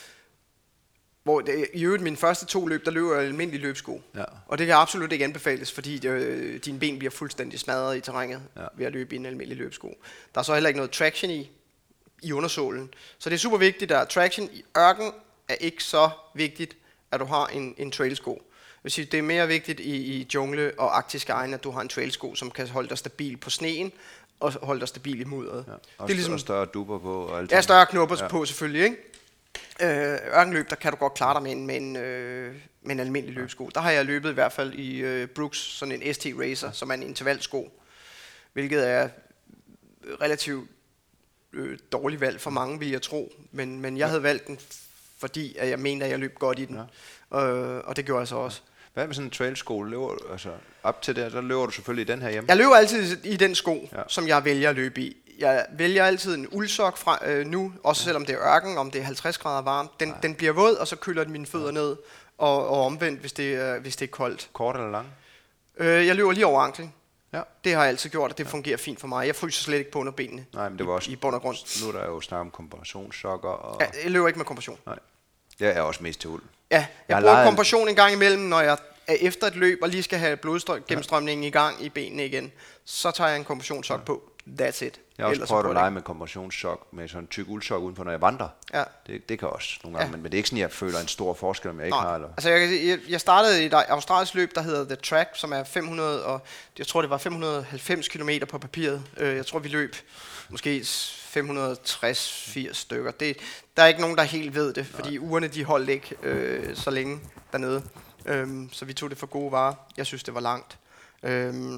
Hvor det, i øvrigt mine første to løb, der løber jeg almindelig løbsko. Ja. Og det kan absolut ikke anbefales, fordi øh, dine ben bliver fuldstændig smadret i terrænet ja. ved at løbe i en almindelig løbsko. Der er så heller ikke noget traction i, i undersålen. Så det er super vigtigt, at traction i ørken er ikke så vigtigt, at du har en, en trailsko. Jeg vil sige, det er mere vigtigt i, i jungle og arktiske egne, at du har en trailsko, som kan holde dig stabil på sneen, og holde dig stabil i mudderet. Ja. Og det er ligesom større dupper på. Og alt ja, større knopper ja. på selvfølgelig, ikke? Øh, ørkenløb, der kan du godt klare dig med en, med en, øh, med en almindelig løbsko. Der har jeg løbet i hvert fald i øh, Brooks, sådan en S T Racer, ja. som er en intervalsko, hvilket er relativt øh, dårligt valg for mange, vil jeg tro. Men, men jeg havde valgt den, fordi at jeg mente, at jeg løb godt i den, ja. øh, og det gjorde jeg så også. Hvad med sådan en trailsko? Løber, altså op til det, der løber du selvfølgelig i den her hjemme? Jeg løber altid i den sko, ja. som jeg vælger at løbe i. Jeg vælger altid en uldsok fra øh, nu, også ja. selvom det er ørken, om det er halvtreds grader varmt. Den, den bliver våd, og så køler den mine fødder ja. ned, og, og omvendt, hvis det, er, hvis det er koldt. Kort eller lang? Øh, jeg løber lige over anklen. Ja. Det har jeg altid gjort, og det ja. fungerer fint for mig. Jeg fryser slet ikke på under benene. Nej, men det var også i, i bund og grund. Nu er der jo snart om kompressionssokker. Og ja, jeg løber ikke med kompression. Nej. Jeg er også mest til uld. Ja, jeg, jeg bruger leget... kompression en gang imellem, når jeg er efter et løb, og lige skal have blodgennemstrømningen ja. i gang i benene igen. Så tager jeg en kompressionssok ja. på. That's it. Jeg har også prøvet at lege med kompressionssok med sådan en tyk uldsok udenfor, når jeg vandrer. Ja. Det, det kan også nogle gange, ja. men, men det er ikke sådan, jeg føler en stor forskel, om jeg ikke Nej. har. Eller? Altså jeg, jeg, jeg startede i et australsk løb, der hedder The Track, som er fem hundrede og jeg tror det var fem hundrede og halvfems kilometer på papiret. Jeg tror vi løb måske fem hundrede og tres til firs stykker. Det, der er ikke nogen, der helt ved det, fordi Nej. ugerne de holdt ikke øh, så længe dernede. Øhm, så vi tog det for gode varer. Jeg synes, det var langt. Øhm,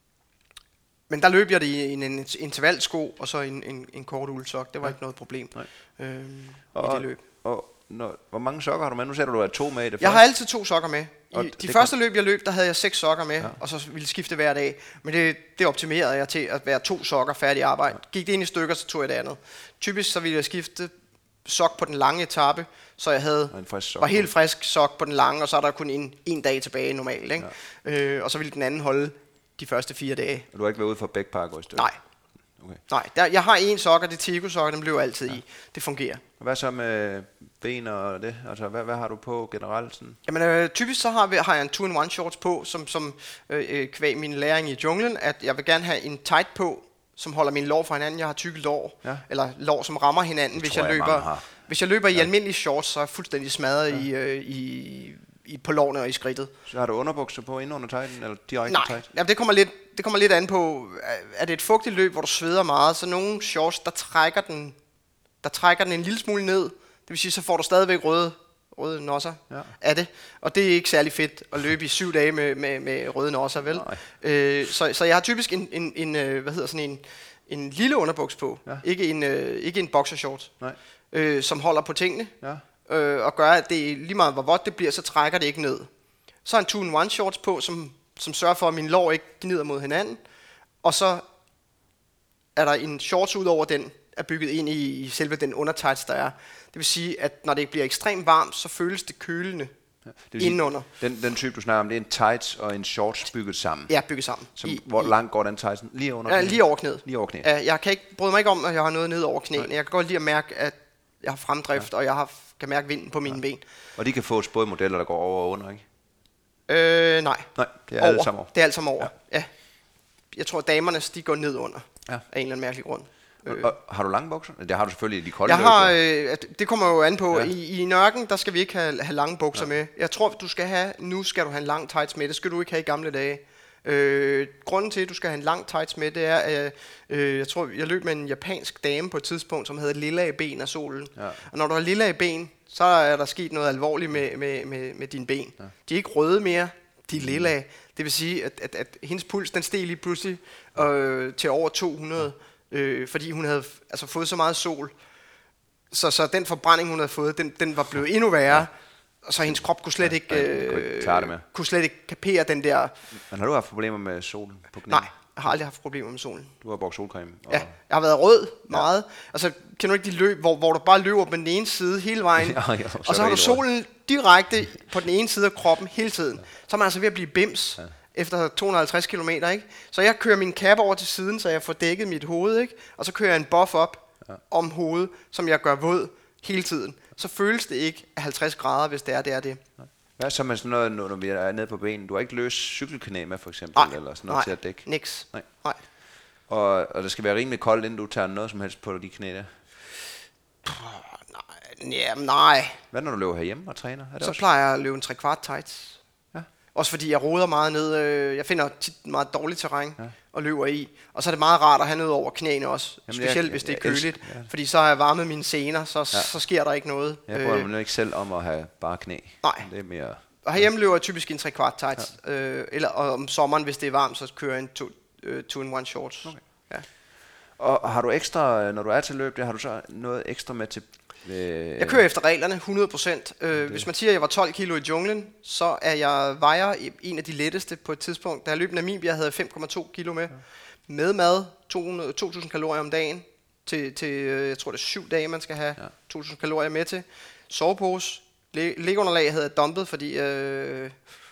Men der løb jeg det i en, en intervalsko og så en, en, en kort uldsok. Det var ja. ikke noget problem øhm, og, i det løb. Og, når, hvor mange sokker har du med? Nu ser du, du har to med i det. Jeg har altid to sokker med. I de første kom... løb, jeg løb, der havde jeg seks sokker med, ja. og så ville skifte hver dag. Men det, det optimerede jeg til at være to sokker færdig arbejde. Ja. Gik det ind i stykker, så tog jeg det andet. Typisk så ville jeg skifte sok på den lange etape, så jeg havde var helt frisk sok på den lange, og så er der kun en, en dag tilbage normalt. Ikke? Ja. Øh, og så ville den anden holde de første fire dage. Og du har ikke været ude for Bækpark og i stedet? Nej. Okay. Nej, der, jeg har en sokker, det er Tico-sokker, den bliver altid ja. i. Det fungerer. Og hvad så med ben og det? Altså, hvad, hvad har du på generelt? Sådan? Jamen, øh, typisk så har, vi, har jeg en two in one shorts på, som, som øh, kvæg min læring i junglen, at jeg vil gerne have en tight på, som holder mine lår fra hinanden. Jeg har tykke lår, ja. eller lår, som rammer hinanden, hvis jeg, jeg løber. Hvis jeg løber ja. i almindelige shorts, så er jeg fuldstændig smadret ja. i, øh, i, i, på lårene og i skridtet. Så har du underbukser på inden under tighten, eller direkte Nej, tight? Nej, det kommer lidt, det kommer lidt an på, er det et fugtigt løb, hvor du sveder meget, så nogle shorts, der trækker den, der trækker den en lille smule ned. Det vil sige, så får du stadigvæk røde, røde nosser ja. af det. Og det er ikke særlig fedt at løbe i syv dage med, med, med røde nosser, vel? Øh, så, så jeg har typisk en, en, en, hvad hedder sådan en, en lille underbuks på, ja. ikke en, øh, ikke en boxershort, øh, som holder på tingene. Ja. Øh, og gør, at det lige meget hvor vådt det bliver, så trækker det ikke ned. Så en two in one shorts på, som, som sørger for, at mine lår ikke gnider mod hinanden. Og så er der en shorts ud over den, er bygget ind i, i selve den undertights, der er. Det vil sige, at når det bliver ekstremt varmt, så føles det kølende ja, det indenunder. Den, den type, du snakker om, det er en tights og en shorts bygget sammen? Ja, bygget sammen. Som, I, hvor i, langt går den tightsen? Lige under knæet? Ja, lige over knæet. Lige over knæet. Ja, jeg kan ikke bryde mig ikke om, at jeg har noget ned over knæene. Jeg kan godt lide at mærke, at jeg har fremdrift, ja. og jeg har, kan mærke vinden på mine ja. ben. Og de kan få både modeller, der går over og under, ikke? Øh, nej. Nej, det er over. Alt sammen over. Det er alt sammen over, ja. ja. Jeg tror, at damernes, de går ned under, ja. af en eller anden mærkelig grund. Og, og har du lange bukser? Det har du selvfølgelig i de kolde jeg løb. Har, øh, det kommer jo an på. Ja. I, I nørken, der skal vi ikke have, have lange bukser ja. med. Jeg tror, du skal have, nu skal du have en lang tights med. Det skal du ikke have i gamle dage. Øh, grunden til, at du skal have en lang tights med, det er, at øh, jeg tror, jeg løb med en japansk dame på et tidspunkt, som hedder lilla i ben af solen. Ja. Og når du har lilla i ben, så er der sket noget alvorligt med, med, med, med dine ben. Ja. De er ikke røde mere, de er lilla. Det vil sige, at, at, at hendes puls, den steg lige pludselig øh, til over to hundrede. Øh, fordi hun havde altså fået så meget sol, så, så den forbrænding hun havde fået, den, den var blevet endnu værre, ja. og så hendes krop kunne slet ikke, øh, kunne, ikke kunne slet ikke kapere den der. Men har du haft problemer med solen på knæene? Nej, Jeg har aldrig haft problemer med solen. Du har brugt solcreme? Og ja, jeg har været rød meget. Ja. Altså, kan du ikke de løb, hvor, hvor du bare løber på den ene side hele vejen, ja, ja, så og så har du solen rød. Direkte på den ene side af kroppen hele tiden. Ja. Så er man altså ved at blive bims. Ja. Efter to hundrede og halvtreds kilometer, ikke? Så jeg kører min cap over til siden, så jeg får dækket mit hoved, ikke? Og så kører jeg en buff op ja. om hovedet, som jeg gør våd hele tiden. Så føles det ikke af halvtreds grader, hvis det er det er det. Hvad så med sådan noget, når vi er nede på benen? Du har ikke løst cykelknæ med, for eksempel? Nej, eller sådan noget nej, til at dække? Niks. Nej, nej. Og, og det skal være rimelig koldt, inden du tager noget som helst på de knæ der? Nej, ja, nej. Hvad når du løber herhjemme og træner? Er det så også? plejer jeg at løbe en tre kvart tights. Også fordi jeg roder meget ned, øh, jeg finder tit meget dårligt terræn ja. og løber i. Og så er det meget rart at have noget over knæene også, Jamen, specielt jeg, hvis det er køligt. Ja. Fordi så har jeg varmet mine sener, så, ja. så sker der ikke noget. Jeg bryder øh, mig ikke selv om at have bare knæ. Nej. Det er mere... Og herhjemme løber jeg typisk en tre kvart tights. Ja. Øh, eller og om sommeren, hvis det er varmt, så kører jeg en to, øh, two in one shorts. Okay. Ja. Og har du ekstra, når du er til løb, der, har du så noget ekstra med til... Øh, jeg kører efter reglerne hundrede procent. Øh, hvis man siger, at jeg var tolv kilo i junglen, så er jeg vejer en af de letteste på et tidspunkt. Da jeg løb Namibia, havde jeg fem komma to kilo med. Ja. Med mad, to tusind kalorier om dagen. Til, til, jeg tror det er syv dage, man skal have ja. to tusind kalorier med til. Sovepose. Lægunderlag havde jeg dumpet, fordi øh,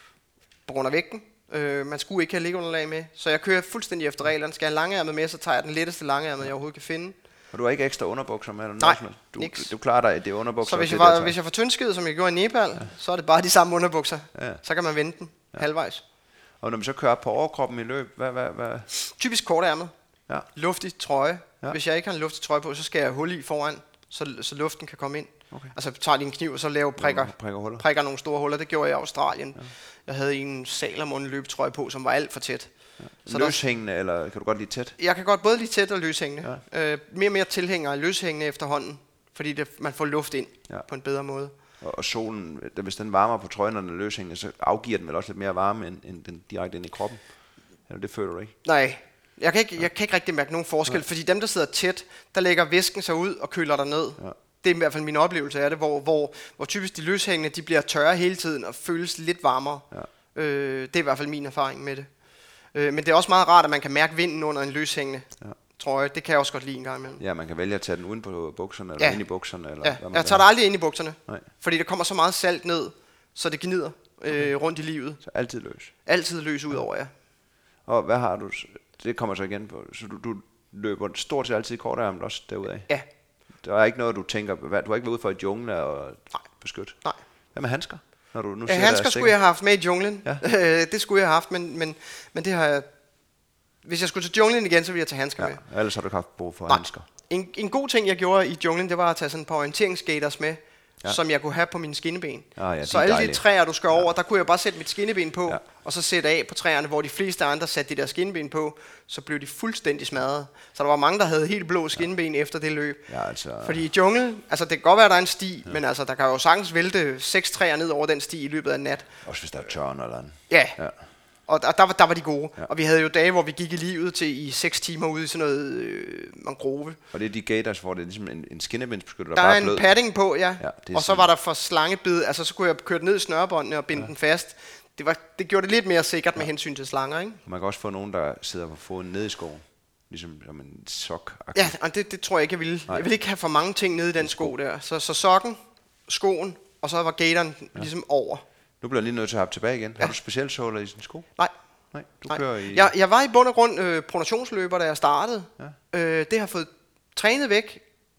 på grund af vægten. Øh, man skulle ikke have lægunderlag med. Så jeg kører fuldstændig efter reglerne. Skal jeg have langærmet med, så tager jeg den letteste langærmet, jeg overhovedet kan finde. Og du har ikke ekstra underbukser med? Eller Nej, noget? Du, niks. Du klarer dig, det er underbukser. Så hvis jeg, var, hvis jeg får tyndskid, som jeg gjorde i Nepal, ja. så er det bare de samme underbukser. Ja. Så kan man vente den ja. halvvejs. Og når man så kører op på overkroppen i løb, hvad... hvad, hvad? Typisk kortærmet. Ja. Luftig trøje. Ja. Hvis jeg ikke har en luftig trøje på, så skal jeg have hul i foran, så, så luften kan komme ind. Okay. Altså tager de en kniv, og så laver prikker, prikker, prikker nogle store huller. Det gjorde jeg i Australien. Ja. Jeg havde en Salomon løbetrøje på, som var alt for tæt. Ja. Så løshængende, der, eller kan du godt lide tæt? Jeg kan godt både lide tæt og løshængende. Ja. Øh, mere og mere tilhænger af løshængende efterhånden, fordi det, man får luft ind ja. på en bedre måde. Og, og solen, hvis den varmer på trøjen, når den er løshængende, så afgiver den vel også lidt mere varme, end, end den direkte ind i kroppen? Eller det føler du ikke? Nej, jeg kan ikke, jeg kan ikke rigtig mærke nogen forskel, ja. fordi dem, der sidder tæt, der lægger væsken sig ud og køler dig ned. Ja. Det er i hvert fald min oplevelse af det, hvor, hvor, hvor typisk de løshængende, de bliver tørre hele tiden og føles lidt varmere. Ja. Øh, det er i hvert fald min erfaring med det. Øh, men det er også meget rart, at man kan mærke vinden under en løshængende ja. trøje. Det kan jeg også godt lide en gang imellem. Ja, man kan vælge at tage den uden på bukserne, eller ja. ind i bukserne. Eller ja, jeg tager det aldrig ind i bukserne, Nej. fordi der kommer så meget salt ned, så det gnider øh, rundt i livet. Så altid løs? Altid løs ud over, ja. Og hvad har du, det kommer så igen på, så du, du løber stort set altid i kortærmet også derudaf? Ja. Der er ikke noget, du tænker, du har ikke været ude for et jungle og beskytte? Nej. Hvad med handsker? Når du nu ja, handsker skulle jeg have haft med i junglen. Ja. Det skulle jeg have haft, men, men, men det har jeg... Hvis jeg skulle til junglen igen, så ville jeg tage handsker ja, med. Ellers har du ikke haft brug for Nej. handsker. En, en god ting, jeg gjorde i junglen, det var at tage sådan et par orienteringsskaters med, ja. som jeg kunne have på mine skinneben. Ah, ja, så alle dejlige. de træer, du skal over, ja. der kunne jeg bare sætte mit skinneben på, ja. og så sætte af på træerne, hvor de fleste andre satte de der skinneben på, så blev de fuldstændig smadret. Så der var mange, der havde helt blå skinneben ja. efter det løb. Ja, altså. Fordi i junglen, altså det kan godt være, at der er en sti, ja. men altså der kan jo sagtens vælte seks træer ned over den sti i løbet af en nat. Også hvis der er tørn eller andet. Ja. ja. Og der, der, var, der var de gode. Ja. Og vi havde jo dage, hvor vi gik i livet til i seks timer ude i sådan noget øh, mangrove. Og det er de gators, hvor det er ligesom en, en skinnebindsbeskytter, der, der der bare er blød. en padding på, ja. ja og så var der for slangebid, altså så kunne jeg køre ned i snørebåndene og binde ja. den fast. Det, var, det gjorde det lidt mere sikkert ja. med hensyn til slanger, ikke? Man kan også få nogen, der sidder på foden nede i skoven. Ligesom som en sok. Ja, og det, det tror jeg ikke, jeg ville. Nej. Jeg vil ikke have for mange ting nede i den sko der. Så, så sokken, skoen, og så var gatoren ja. ligesom over. Nu bliver jeg lige nødt til at have tilbage igen. Ja. Har du specielt såler i sin sko? Nej. Nej, du Nej. kører i... Jeg, jeg var i bund og grund øh, pronationsløber, da jeg startede. Ja. Øh, det har fået trænet væk,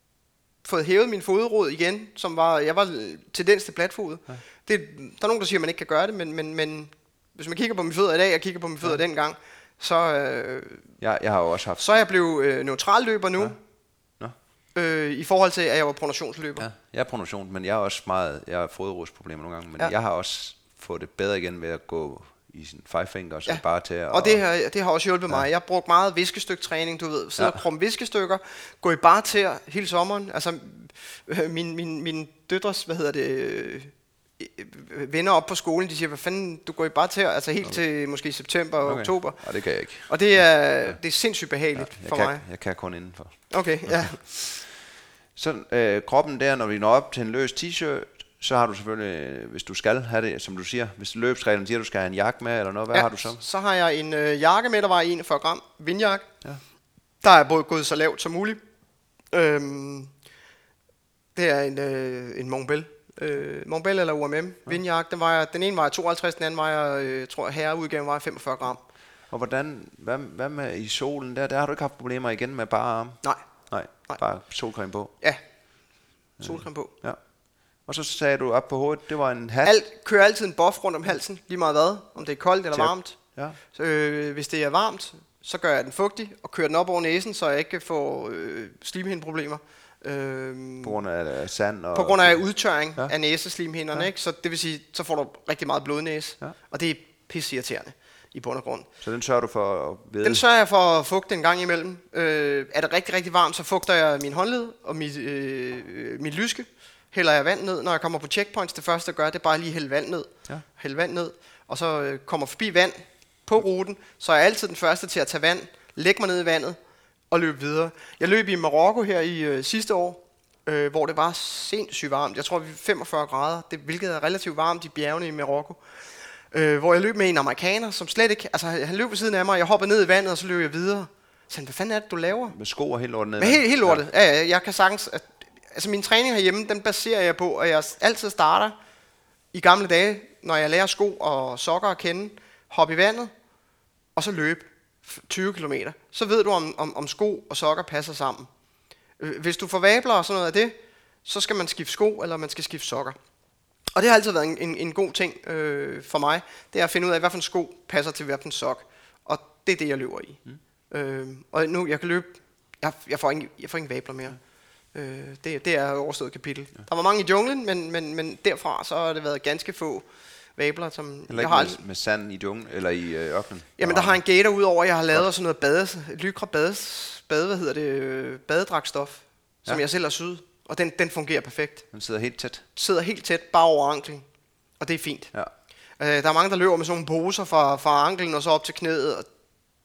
fået hævet min fodrod igen, som var, jeg var tendens til platfod. Ja. Det, der er nogen, der siger, at man ikke kan gøre det, men, men, men hvis man kigger på mine fødder i dag, og kigger på mine fødder ja. dengang, så, øh, ja, jeg har jo også haft... så er jeg blevet øh, neutralløber nu, ja. øh, i forhold til, at jeg var pronationsløber. Ja, jeg er pronation, men jeg er også meget... Jeg har fodrodsproblemer nogle gange, men ja. jeg har også fået det bedre igen ved at gå... i sin five fingers, ja. bare til at... Og det har, det har også hjulpet ja. mig. Jeg har brugt meget viskestyktræning, du ved, sidde ja. og krumme viskestykker, gå i bare til hele sommeren. Altså, øh, min, min, min døtres, hvad hedder det, øh, venner op på skolen, de siger, hvad fanden, du går i bare til, altså helt okay. til måske september og okay. oktober. Nej, det kan jeg ikke. Og det er, ja. det er sindssygt behageligt ja, for kan, mig. Jeg kan kun indenfor. Okay, ja. Så øh, kroppen der, når vi når op til en løs t-shirt, Så har du selvfølgelig, hvis du skal have det, som du siger, hvis løbsreglen siger, at du skal have en jakke med eller noget, hvad ja, har du så? Så har jeg en øh, jakke med, der vejer enogfyrre gram, vindjakke. Ja. Der er både gået så lavt som muligt. Øhm, det er en, øh, en Montbell. Øh, Montbell eller U M M, ja. Vindjakke. Den, vejer, den ene vejer tooghalvtreds, den anden vejer, øh, tror jeg, herreudgaven vejer femogfyrre gram. Og hvordan, hvad, hvad med i solen der? Der har du ikke haft problemer igen med bare arme? Nej. Nej, Nej. Bare solcreme på? Ja, solcreme på. Ja. Og så sagde du op på hovedet, det var en hat? Alt, kører altid en buff rundt om halsen, lige meget hvad, om det er koldt eller Tæt. varmt. Ja. Så, øh, hvis det er varmt, så gør jeg den fugtig og kører den op over næsen, så jeg ikke får øh, slimhindeproblemer. Øh, på grund af sand? Og på grund af udtørring ja. af næseslimhinderne, ja. ikke? Så det vil sige, så får du rigtig meget blodnæse, ja. Og det er pisseirriterende i bund og grund. Så den sørger du for at vide? Den sørger jeg for at fugte en gang imellem. Øh, er det rigtig, rigtig varmt, så fugter jeg min håndled og mit, øh, mit lyske. Hælder jeg vand ned. Når jeg kommer på checkpoints, det første jeg gør, det er bare lige hælde vand ned. Ja. Hælde vand ned, og så øh, kommer forbi vand på ruten, så er jeg altid den første til at tage vand, lægge mig ned i vandet og løbe videre. Jeg løb i Marokko her i øh, sidste år, øh, hvor det var sindssygt varmt. Jeg tror, vi er femogfyrre grader, det, hvilket er relativt varmt i bjergene i Marokko. Øh, hvor jeg løb med en amerikaner, som slet ikke... Altså, han løb ved siden af mig, jeg hoppede ned i vandet, og så løb jeg videre. Så han, hvad fanden er det, du laver? Med sko og helt lortet ned? Med helt, helt lortet, ja. ja. Jeg kan sagtens... At, altså, min træning herhjemme, den baserer jeg på, at jeg altid starter i gamle dage, når jeg lærer sko og sokker at kende, hoppe i vandet, og så løbe tyve kilometer. Så ved du, om, om, om sko og sokker passer sammen. Hvis du får vabler og sådan noget af det, så skal man skifte sko, eller man skal skifte sokker. Og det har altid været en, en, en god ting øh, for mig, det er at finde ud af, hvilken sko passer til hvilken sok. Og det er det, jeg løber i. Mm. Øh, og nu, jeg kan løbe, jeg, jeg, får, ingen, jeg får ingen vabler mere. Øh, det, det er overstået kapitel. Ja. Der var mange i junglen, men, men, men derfra så har det været ganske få vabler. Som eller jeg har med, aldrig... med sand i junglen, eller i øh, ørkenen? Jamen, der har en gator udover, jeg har lavet sådan noget bade, lykra bade, bade, hvad hedder det, badedragtstof, som ja. jeg selv har syet. Og den, den fungerer perfekt. Den sidder helt tæt? Sidder helt tæt, bare over anklen. Og det er fint. Ja. Øh, der er mange, der løber med sådan nogle poser fra, fra anklen og så op til knæet. Og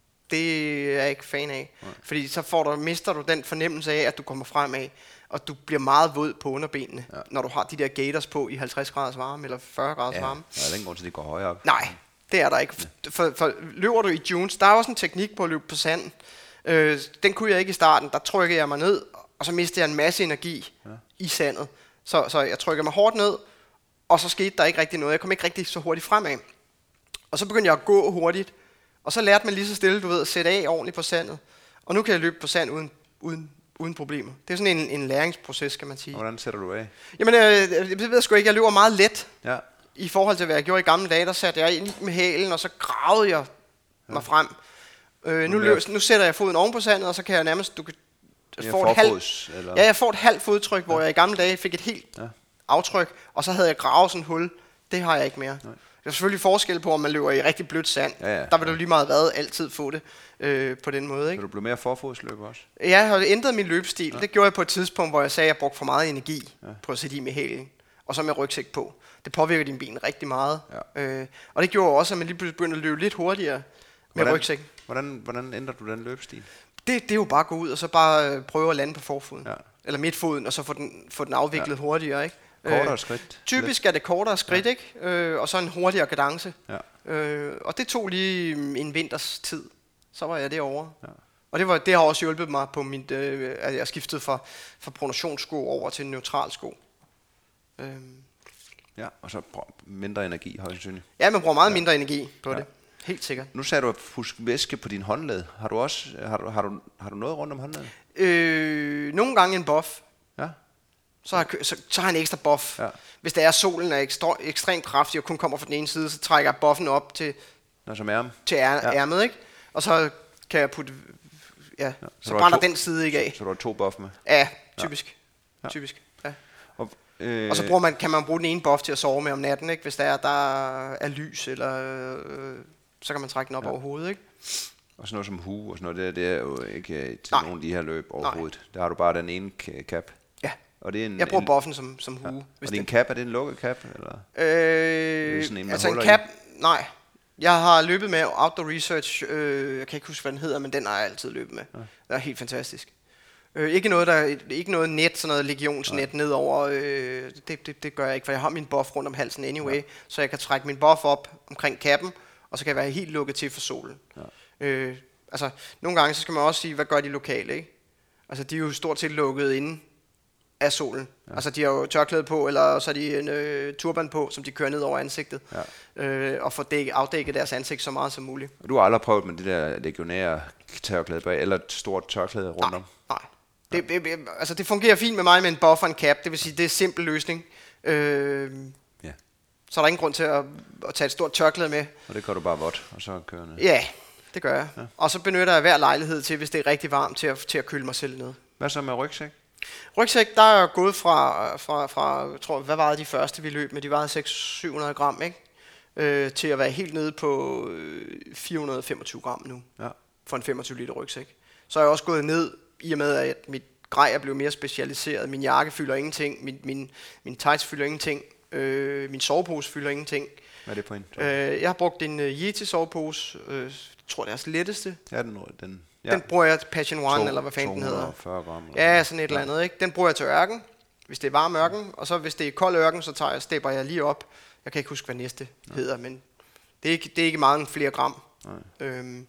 det er jeg ikke fan af. Nej. Fordi så får du, mister du den fornemmelse af, at du kommer fremad. Og du bliver meget våd på underbenene, ja. Når du har de der gators på i halvtreds graders varme eller fyrre graders ja. varme. Der er ingen grund til, at de går højere op. Nej, det er der ikke. Ja. For, for løber du i dunes, der er også en teknik på at løbe på sand. Øh, den kunne jeg ikke i starten. Der trykkede jeg mig ned, og så mistede jeg en masse energi ja. i sandet. Så, så jeg trykkede mig hårdt ned, og så skete der ikke rigtig noget. Jeg kom ikke rigtig så hurtigt fremad. Og så begyndte jeg at gå hurtigt, og så lærte man lige så stille, du ved, at sætte af ordentligt på sandet. Og nu kan jeg løbe på sand uden, uden, uden problemer. Det er sådan en, en læringsproces, kan man sige. Og hvordan sætter du af? Jamen, øh, det ved jeg sgu ikke. Jeg løber meget let. Ja. I forhold til, hvad jeg gjorde i gamle dage, der satte jeg ind med hælen, og så gravede jeg ja. mig frem. Øh, nu, løb, nu sætter jeg foden oven på sandet, og så kan jeg nærmest... Du kan, jeg får et halvt, eller? Ja, jeg får et halvt fodtryk, hvor ja. jeg i gamle dage fik et helt ja. aftryk, og så havde jeg gravet sådan et hul. Det har jeg ikke mere. Nej. Der er selvfølgelig forskel på, om man løber i rigtig blødt sand. Ja, ja. Der vil du lige meget hvad altid få det øh, på den måde. Ikke? Så du blev mere forfodsløber også? Jeg har ændret min løbestil. Ja. Det gjorde jeg på et tidspunkt, hvor jeg sagde, at jeg brugte for meget energi ja. på at sætte i med hælen, og så med rygsæk på. Det påvirker din ben rigtig meget. Ja. Øh, og det gjorde også, at man lige begyndte at løbe lidt hurtigere med hvordan, rygsæk. Hvordan, hvordan ændrer du den løbestil? Det, det er jo bare at gå ud og så bare øh, prøve at lande på forfoden. Ja. Eller midtfoden, og så få den, få den afviklet ja. hurtigere. Ikke? Kortere skridt. Typisk er det kortere skridt, ja. ikke? Øh, og så en hurtigere kadence. Ja. Øh, og det tog lige en vinters tid. Så var jeg derovre. Ja. Og det, var, det har også hjulpet mig på mit, øh, at jeg skiftede fra, fra pronationssko over til en neutral sko. Øh. Ja, og så mindre energi, højst sandsynligt. Ja, man bruger meget ja. mindre energi på ja. det. Helt sikkert. Nu sagde du at husk væske på din håndled. Har du også har du, har du, har du noget rundt om håndledet? Øh, nogle gange en buff. Ja. Så har, så, så har jeg en ekstra buff. Ja. Hvis der er solen er ekstra, ekstremt kraftig og kun kommer fra den ene side, så trækker jeg buffen op til, Nå, som ærm. til ær, ja. ærmet, ikke? Og så kan jeg putte, ja, ja. Så, så brænder to, den side ikke af. Så, så du har to buff med? Ja, typisk. Ja. Typisk. Ja. Og, øh, og så bruger man, kan man bruge den ene buff til at sove med om natten, ikke? Hvis der er, der er lys, eller øh, så kan man trække den op ja. over hovedet, ikke? Og sådan noget som hue og sådan noget, det, det er jo ikke til Nej. nogen af de her løb overhovedet. Der har du bare den ene cap. Ja. Og det er en, jeg bruger en, buffen som, som hue. Ja. Og din cap, er det en lukket cap? Eller? Øh, sådan en, altså en cap, i? Nej. Jeg har løbet med Outdoor Research, øh, jeg kan ikke huske, hvad den hedder, men den har jeg altid løbet med. Ja. Det er helt fantastisk. Øh, ikke noget der, ikke noget net, sådan noget legionsnet nedover. Øh, det, det, det gør jeg ikke, for jeg har min buff rundt om halsen anyway, ja. Så jeg kan trække min buff op omkring kappen, og så kan jeg være helt lukket til for solen. Ja. Øh, altså, nogle gange så skal man også sige, hvad gør de lokale, ikke? Altså, de er jo stort set lukket inde af solen. Ja. Altså, de har jo tørklæde på, eller så er de en øh, turban på, som de kører ned over ansigtet, ja. øh, og får dæk, afdækket deres ansigt så meget som muligt. Og du har aldrig prøvet med det der legionære tørklæde bag, eller et stort tørklæde rundt om? Nej, nej. Det, det, altså, det fungerer fint med mig med en buff og en cap, det vil sige, det er en simpel løsning. Øh, ja. Så er der ingen grund til at, at tage et stort tørklæde med. Og det gør du bare vådt, og så kører ned? Ja, det gør jeg. Ja. Og så benytter jeg hver lejlighed til, hvis det er rigtig varmt, til at, til at køle mig selv ned. Hvad så med rygsæk? Rygsæk, der er jeg gået fra, fra, fra jeg tror, hvad var det de første, vi løb med? De vejede seks til syv hundrede gram, ikke? Øh, til at være helt nede på øh, fire hundrede og femogtyve gram nu, ja. For en femogtyve liter rygsæk. Så er jeg også gået ned, i og med at mit grej er blevet mere specialiseret. Min jakke fylder ingenting, min, min, min tights fylder ingenting, øh, min sovepose fylder ingenting. Hvad er det på en? Øh, jeg har brugt en uh, Yeti sovepose, øh, jeg tror det er den letteste. Ja, den, den, ja. Den bruger jeg til Passion One, to, eller hvad fanden den hedder. to hundrede og fyrre gram. Ja, sådan et eller andet, ikke? Den bruger jeg til ørken, hvis det er varm ørken, og så hvis det er kold ørken, så tager jeg, stepper jeg lige op. Jeg kan ikke huske, hvad næste ja. hedder, men det er ikke, det er ikke mange flere gram. Øhm,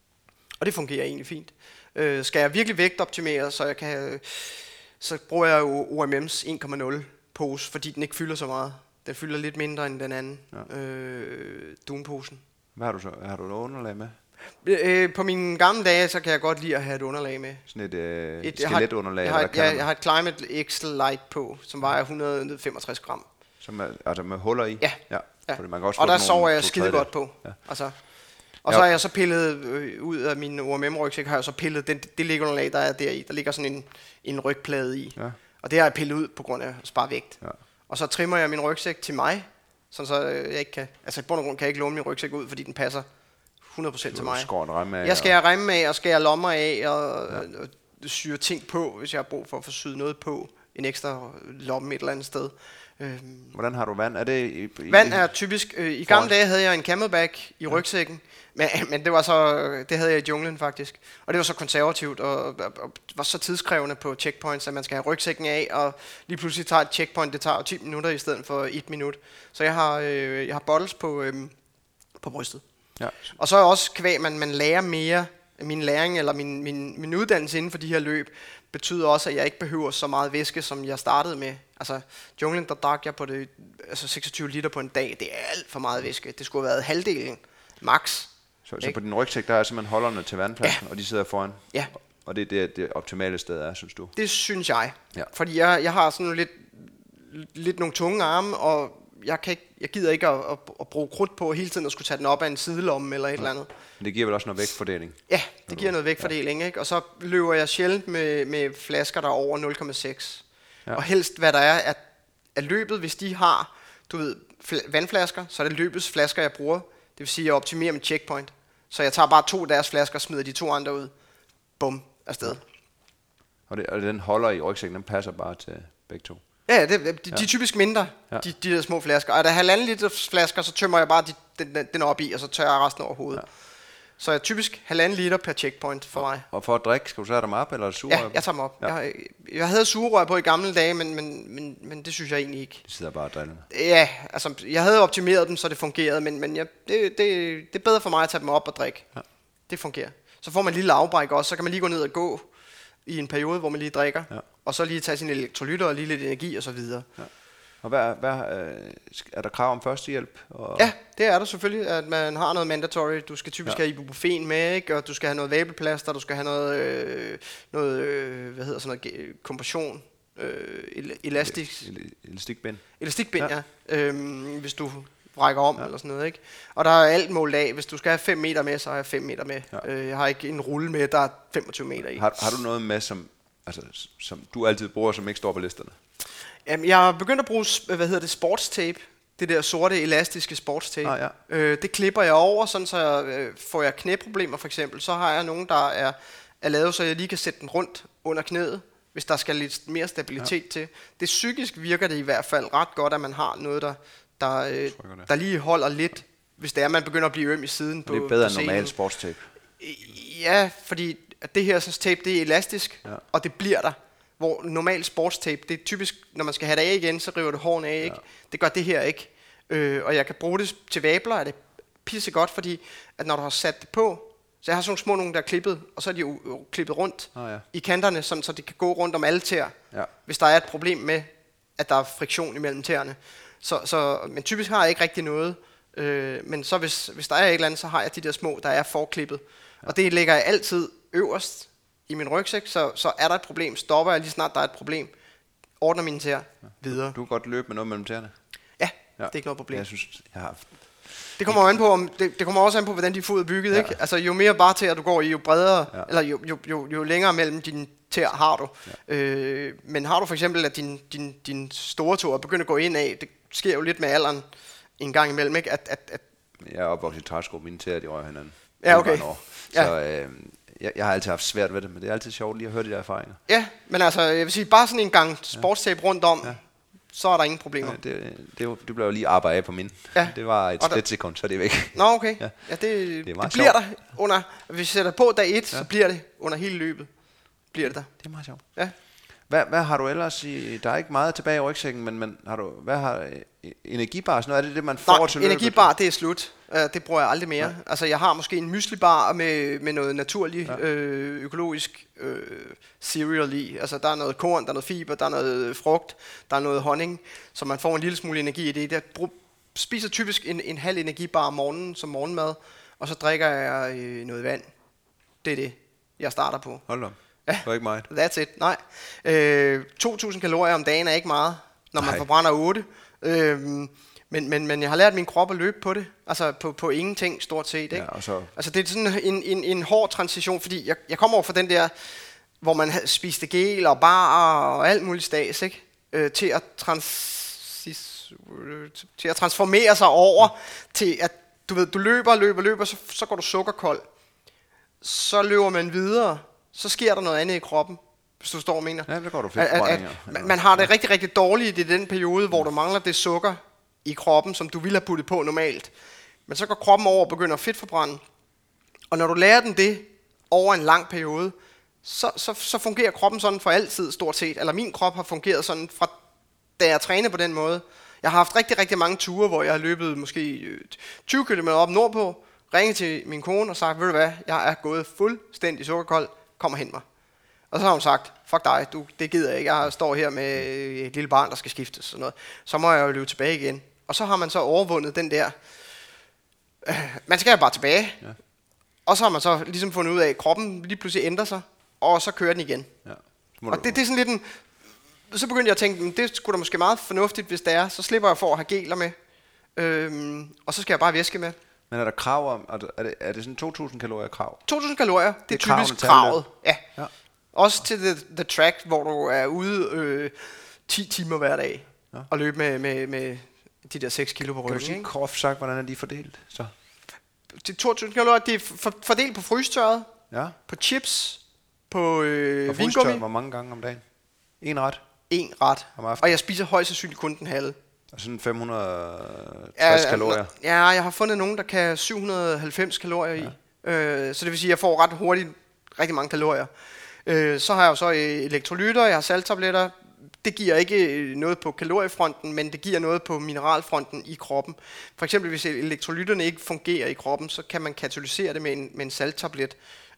og det fungerer egentlig fint. Øh, skal jeg virkelig vægtoptimere, så jeg kan, så bruger jeg jo O M M's en komma nul pose, fordi den ikke fylder så meget. Den fylder lidt mindre end den anden ja. øh, dunposen. Hvad har du så? Har du et underlag med? Øh, på mine gamle dage, så kan jeg godt lide at have et underlag med. Sådan et, øh, et skeletunderlag? Jeg har, jeg, har, jeg, jeg har et Climate X Lite på, som vejer et hundrede og femogtres gram. Som er, altså med huller i? Ja. ja. ja. Fordi man kan også og der sover jeg skide godt på. Ja. Altså, og ja. så har jeg så pillet øh, ud af min O M M-rygsæk, har jeg så pillet den, det liggeunderlag, der er deri. Der ligger sådan en, en rygplade i. Ja. Og det har jeg pillet ud på grund af at spare vægt. Ja. Og så trimmer jeg min rygsæk til mig, sådan så jeg ikke kan, altså i bund og grund kan jeg ikke låne min rygsæk ud, fordi den passer hundrede procent til mig. Af, jeg skal have remme af, og skal have lommer af, og, ja. og, og syre ting på, hvis jeg har brug for at få syet noget på, en ekstra lomme et eller andet sted. Hvordan har du vand? Er det i, i, vand er typisk, øh, i gamle dage havde jeg en camelback i rygsækken, men, men det var så, det havde jeg i junglen faktisk, og det var så konservativt, og, og, og var så tidskrævende på checkpoints, at man skal have rygsækken af, og lige pludselig tager et checkpoint, det tager jo ti minutter i stedet for et minut. Så jeg har, øh, jeg har bottles på, øh, på brystet. Ja. Og så er også kvæg, man, man lærer mere, min læring eller min, min, min uddannelse inden for de her løb, betyder også, at jeg ikke behøver så meget væske, som jeg startede med. Altså, junglen, der drak jeg på det, altså seksogtyve liter på en dag, det er alt for meget væske. Det skulle have været halvdelen, max. Så, så på din rygsæk, der er simpelthen holderne til vandpladsen, ja. Og de sidder foran? Ja. Og det er det, det optimale sted er, synes du? Det synes jeg. Ja. Fordi jeg, jeg har sådan lidt, lidt nogle tunge arme, og jeg, kan ikke, jeg gider ikke at, at, at bruge krudt på hele tiden at skulle tage den op af en sidelomme eller et ja. eller andet. Men det giver vel også noget vægtfordeling? Ja, det giver noget vægtfordeling, ja. Ikke? Og så løber jeg sjældent med, med flasker, der er over nul komma seks. Ja. Og helst hvad der er at, at løbet, hvis de har, du ved, fl- vandflasker, så er det løbets flasker, jeg bruger. Det vil sige, at jeg optimerer mit checkpoint. Så jeg tager bare to af deres flasker og smider de to andre ud. Bum, afsted. Og, det, og den holder i rygsækken, den passer bare til begge to? Ja, det, de, de, de er typisk mindre, ja. de, de der små flasker. Og er der halvanden liter flasker, så tømmer jeg bare de, den, den op i, og så tørrer jeg resten over hovedet. Ja. Så er typisk halvanden liter per checkpoint for mig. Og for at drikke, skal du så have dem op, eller sugerør? Ja, jeg tager dem op. Ja. Jeg, jeg havde sugerør på i gamle dage, men, men, men, men det synes jeg egentlig ikke. De sidder bare og driller. Ja, altså jeg havde optimeret dem, så det fungerede, men, men jeg, det, det, det er bedre for mig at tage dem op og drikke. Ja. Det fungerer. Så får man en lille afbræk også, så kan man lige gå ned og gå i en periode, hvor man lige drikker, ja. Og så lige tage sine elektrolytter og lige lidt energi og så videre. Ja. Og hvad, hvad, øh, er der krav om førstehjælp? Og ja, det er der selvfølgelig, at man har noget mandatory. Du skal typisk ja. have ibuprofen med, ikke? Og du skal have noget vabelplaster, du skal have noget, øh, noget øh, hvad hedder sådan noget, kompression, øh, elastik. Elastikbind. Elastikbind, ja. ja. Øhm, hvis du rækker om ja. eller sådan noget, ikke? Og der er alt målt af. Hvis du skal have fem meter med, så har jeg fem meter med. Ja. Øh, jeg har ikke en rulle med, der er femogtyve meter i. Har, har du noget med, som, altså, som du altid bruger, som ikke står på listerne? Jamen, jeg har begyndt at bruge, hvad hedder det, sportstape. Det der sorte, elastiske sportstape. Ah, ja. øh, det klipper jeg over, sådan så jeg, øh, får jeg knæproblemer for eksempel. Så har jeg nogen, der er, er lavet, så jeg lige kan sætte den rundt under knæet, hvis der skal lidt mere stabilitet ja. til. Det psykisk virker det i hvert fald ret godt, at man har noget, der, der, øh, der lige holder lidt, hvis det er, man begynder at blive øm i siden. På, det er bedre end normal sportstape. Ja, fordi at det her sådan, tape, det er elastisk, ja. Og det bliver der. Hvor normal sportstape, det er typisk, når man skal have det af igen, så river det hårene af, ikke? Ja. Det gør det her ikke. Øh, og jeg kan bruge det til vabler, er det pisse godt, fordi at når du har sat det på, så jeg har sådan nogle små nogle, der er klippet, og så er de jo, jo klippet rundt oh, ja. I kanterne, sådan, så det kan gå rundt om alle tæer, ja. Hvis der er et problem med, at der er friktion imellem tæerne. Så, så, men typisk har jeg ikke rigtig noget, øh, men så hvis, hvis der er et eller andet, så har jeg de der små, der er forklippet. Ja. Og det lægger jeg altid øverst i min rygsæk, så, så er der et problem, stopper jeg lige snart, der er et problem, ordner mine tæer ja. Videre. Du kan godt løbe med noget mellem tæerne? Ja, ja, det er ikke noget problem. Jeg synes, jeg har... Det kommer an på, om det, det kommer også an på, hvordan de fod er bygget, ja. Ikke? Altså jo mere bare tæer du går i, jo bredere, ja. Eller jo, jo, jo, jo længere mellem dine tæer har du. Ja. Øh, men har du for eksempel, at din, din, din store tå er begyndt at gå ind af, det sker jo lidt med alderen en gang imellem, ikke? At, at, at jeg er opvokset i træsko, mine tæer, de rører hinanden. Ja, okay. Så ja. øh, jeg, jeg har altid haft svært ved det, men det er altid sjovt lige at høre de der erfaringer. Ja, men altså, jeg vil sige, bare sådan en gang sportstape rundt om, ja. Så er der ingen problemer. Ja, det, det, det blev jo lige arbejdet af på min. Ja. Det var et splitsekund, så er det væk. Nå, okay. Ja, ja det, det, det bliver der under, hvis vi sætter på dag et, ja. Så bliver det under hele løbet. Bliver det der. Det er meget sjovt. Ja. Hvad, hvad har du ellers i, der er ikke meget tilbage i rygsækken, men, men har du, hvad har energibar, sådan noget, er det det, man får Nej, til løbet? Energibar, det er slut. Uh, det bruger jeg aldrig mere. Ja. Altså, jeg har måske en myslibar med, med noget naturlig, ja. øh, økologisk øh, cereal i. Altså, der er noget korn, der er noget fiber, der er noget frugt, der er noget honning, så man får en lille smule energi i det. Jeg brug, spiser typisk en, en halv energibar om morgenen som morgenmad, og så drikker jeg øh, noget vand. Det er det, jeg starter på. Hold da. Ja. Det var ikke meget. That's it, nej. Øh, to tusind kalorier om dagen er ikke meget, når man nej. Forbrænder otte. Øh, men, men, men jeg har lært min krop at løbe på det. Altså på, på ingenting, stort set. Ikke? Ja, så altså det er sådan en, en, en hård transition, fordi jeg, jeg kommer over fra den der, hvor man spiste gel og bar og alt muligt stas, ikke? Øh, til, at transis, til at transformere sig over ja. Til at, du ved, du løber, løber, løber, så, så går du sukkerkold. Så løber man videre, så sker der noget andet i kroppen, hvis du forstår, hvad jeg mener. Ja, det går du fedtforbrændinger. Man, man har det rigtig, rigtig dårligt i den periode, hvor du mangler det sukker i kroppen, som du ville have puttet på normalt. Men så går kroppen over og begynder at fedtforbrænde. Og når du lærer den det over en lang periode, så, så, så fungerer kroppen sådan for altid stort set. Eller min krop har fungeret sådan fra da jeg trænede på den måde. Jeg har haft rigtig, rigtig mange ture, hvor jeg har løbet måske tyve kilometer op nordpå, ringet til min kone og sagt, ved du hvad, jeg er gået fuldstændig sukkerkold, kom og hent mig. Og så har hun sagt, fuck dig, du, det gider jeg ikke, jeg står her med et lille barn, der skal skiftes sådan noget. Så må jeg jo løbe tilbage igen. Og så har man så overvundet den der, øh, man skal jo bare tilbage. Ja. Og så har man så ligesom fundet ud af, at kroppen lige pludselig ændrer sig, og så kører den igen. Ja. Og det, det er sådan lidt en, så begyndte jeg at tænke, det skulle da måske meget fornuftigt, hvis det er, så slipper jeg for at have geler med, øhm, og så skal jeg bare væske med. Men er der krav om, er det, er det sådan to tusind kalorier krav? to tusind kalorier, det, det er typisk kravet. Ja. Ja. Også til the, the track, hvor du er ude øh, ti timer hver dag, ja. Og løbe med, med, med de der seks kilo på ryggen. Kan du sige kort sagt, hvordan er de fordelt? Så? De to tusind kalorier, de er fordelt på frystørret, ja. På chips, på øh, og vingummi. Hvor mange gange om dagen? En ret? En ret. Og jeg spiser højst sandsynligt kun den halve. Og sådan fem hundrede og tres ja, kalorier? Ja, jeg har fundet nogen, der kan syv hundrede og halvfems kalorier i. Ja. Øh, så det vil sige, at jeg får ret hurtigt rigtig mange kalorier. Øh, så har jeg jo så elektrolytter, jeg har salttabletter. Det giver ikke noget på kaloriefronten, men det giver noget på mineralfronten i kroppen. For eksempel, hvis elektrolytterne ikke fungerer i kroppen, så kan man katalysere det med en, med en salttablet.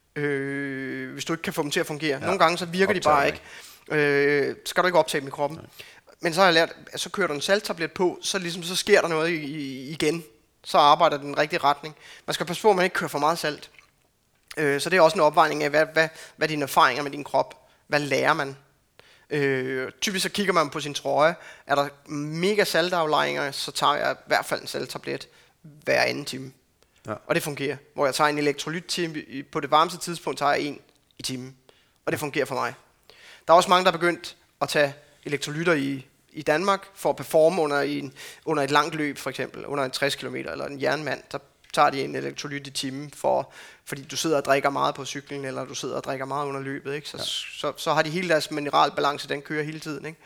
Øh, hvis du ikke kan få dem til at fungere. Ja. Nogle gange så virker Optager de bare ikke. Øh, så skal du ikke optage dem i kroppen. Ja. Men så har jeg lært, at så kører du en salttablet på, så, ligesom, så sker der noget i, i, igen. Så arbejder den rigtige retning. Man skal passe på, at man ikke kører for meget salt. Øh, så det er også en opvejning af, hvad, hvad, hvad er dine erfaringer med din krop? Hvad lærer man? Øh, typisk så kigger man på sin trøje. Er der mega saltaflejringer, så tager jeg i hvert fald en salttablet hver anden time. Ja. Og det fungerer. Hvor jeg tager en elektrolyt-time, på det varmeste tidspunkt tager jeg en i timen. Og det fungerer for mig. Der er også mange, der er begyndt at tage elektrolytter i, i Danmark for at performe under, en, under et langt løb, for eksempel under en tres kilometer, eller en jernmand, der tager de en elektrolyt i timen, for, fordi du sidder og drikker meget på cyklen, eller du sidder og drikker meget under løbet, ikke? Så, ja. så, så, så har de hele deres mineralbalance, den kører hele tiden. Ikke?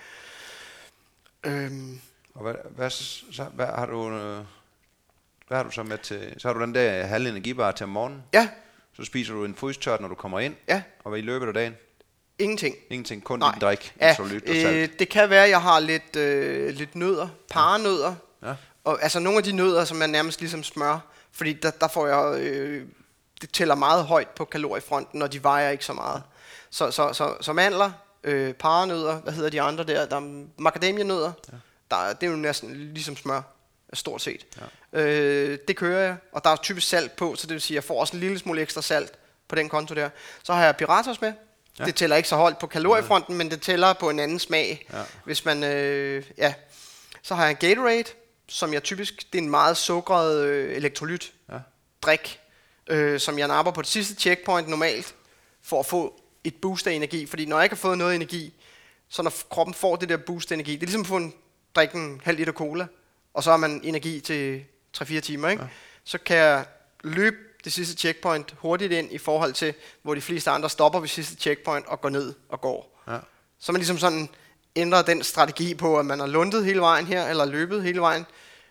Øhm. Og hvad, hvad, så, hvad har du... Øh Hvad har du så med til? Så har du den der halv energibar til om morgenen? Ja. Så spiser du en frystørt, når du kommer ind, ja. og hvad i løbet af dagen? Ingenting. Ingenting, kun Nej. en drik, ja, absolut og salt. Øh, det kan være, at jeg har lidt, øh, lidt nødder, paranødder, ja. og altså nogle af de nødder, som er nærmest ligesom smør, fordi der, der får jeg, øh, det tæller meget højt på kaloriefronten, og de vejer ikke så meget. Så, så, så, så mandler, øh, paranødder, hvad hedder de andre der, der er macadamianødder, ja. der, det er jo næsten ligesom smør, stort set. Ja. Øh, det kører jeg, og der er typisk salt på, så det vil sige, at jeg får også en lille smule ekstra salt på den konto der. Så har jeg Piratos med. Ja. Det tæller ikke så højt på kaloriefronten, ja. men det tæller på en anden smag. Ja. Hvis man, øh, ja. Så har jeg en Gatorade, som jeg typisk, det er en meget sukkeret øh, elektrolyt ja. drik, øh, som jeg napper på det sidste checkpoint normalt, for at få et boost af energi. Fordi når jeg ikke har fået noget energi, så når kroppen får det der boost af energi, det er ligesom at få en, drikke en halv liter cola, og så har man energi til tre fire timer, ikke? Ja. Så kan jeg løbe det sidste checkpoint hurtigt ind i forhold til, hvor de fleste andre stopper ved sidste checkpoint og går ned og går. Ja. Så man ligesom sådan ændrer den strategi på, at man har lundet hele vejen her, eller løbet hele vejen.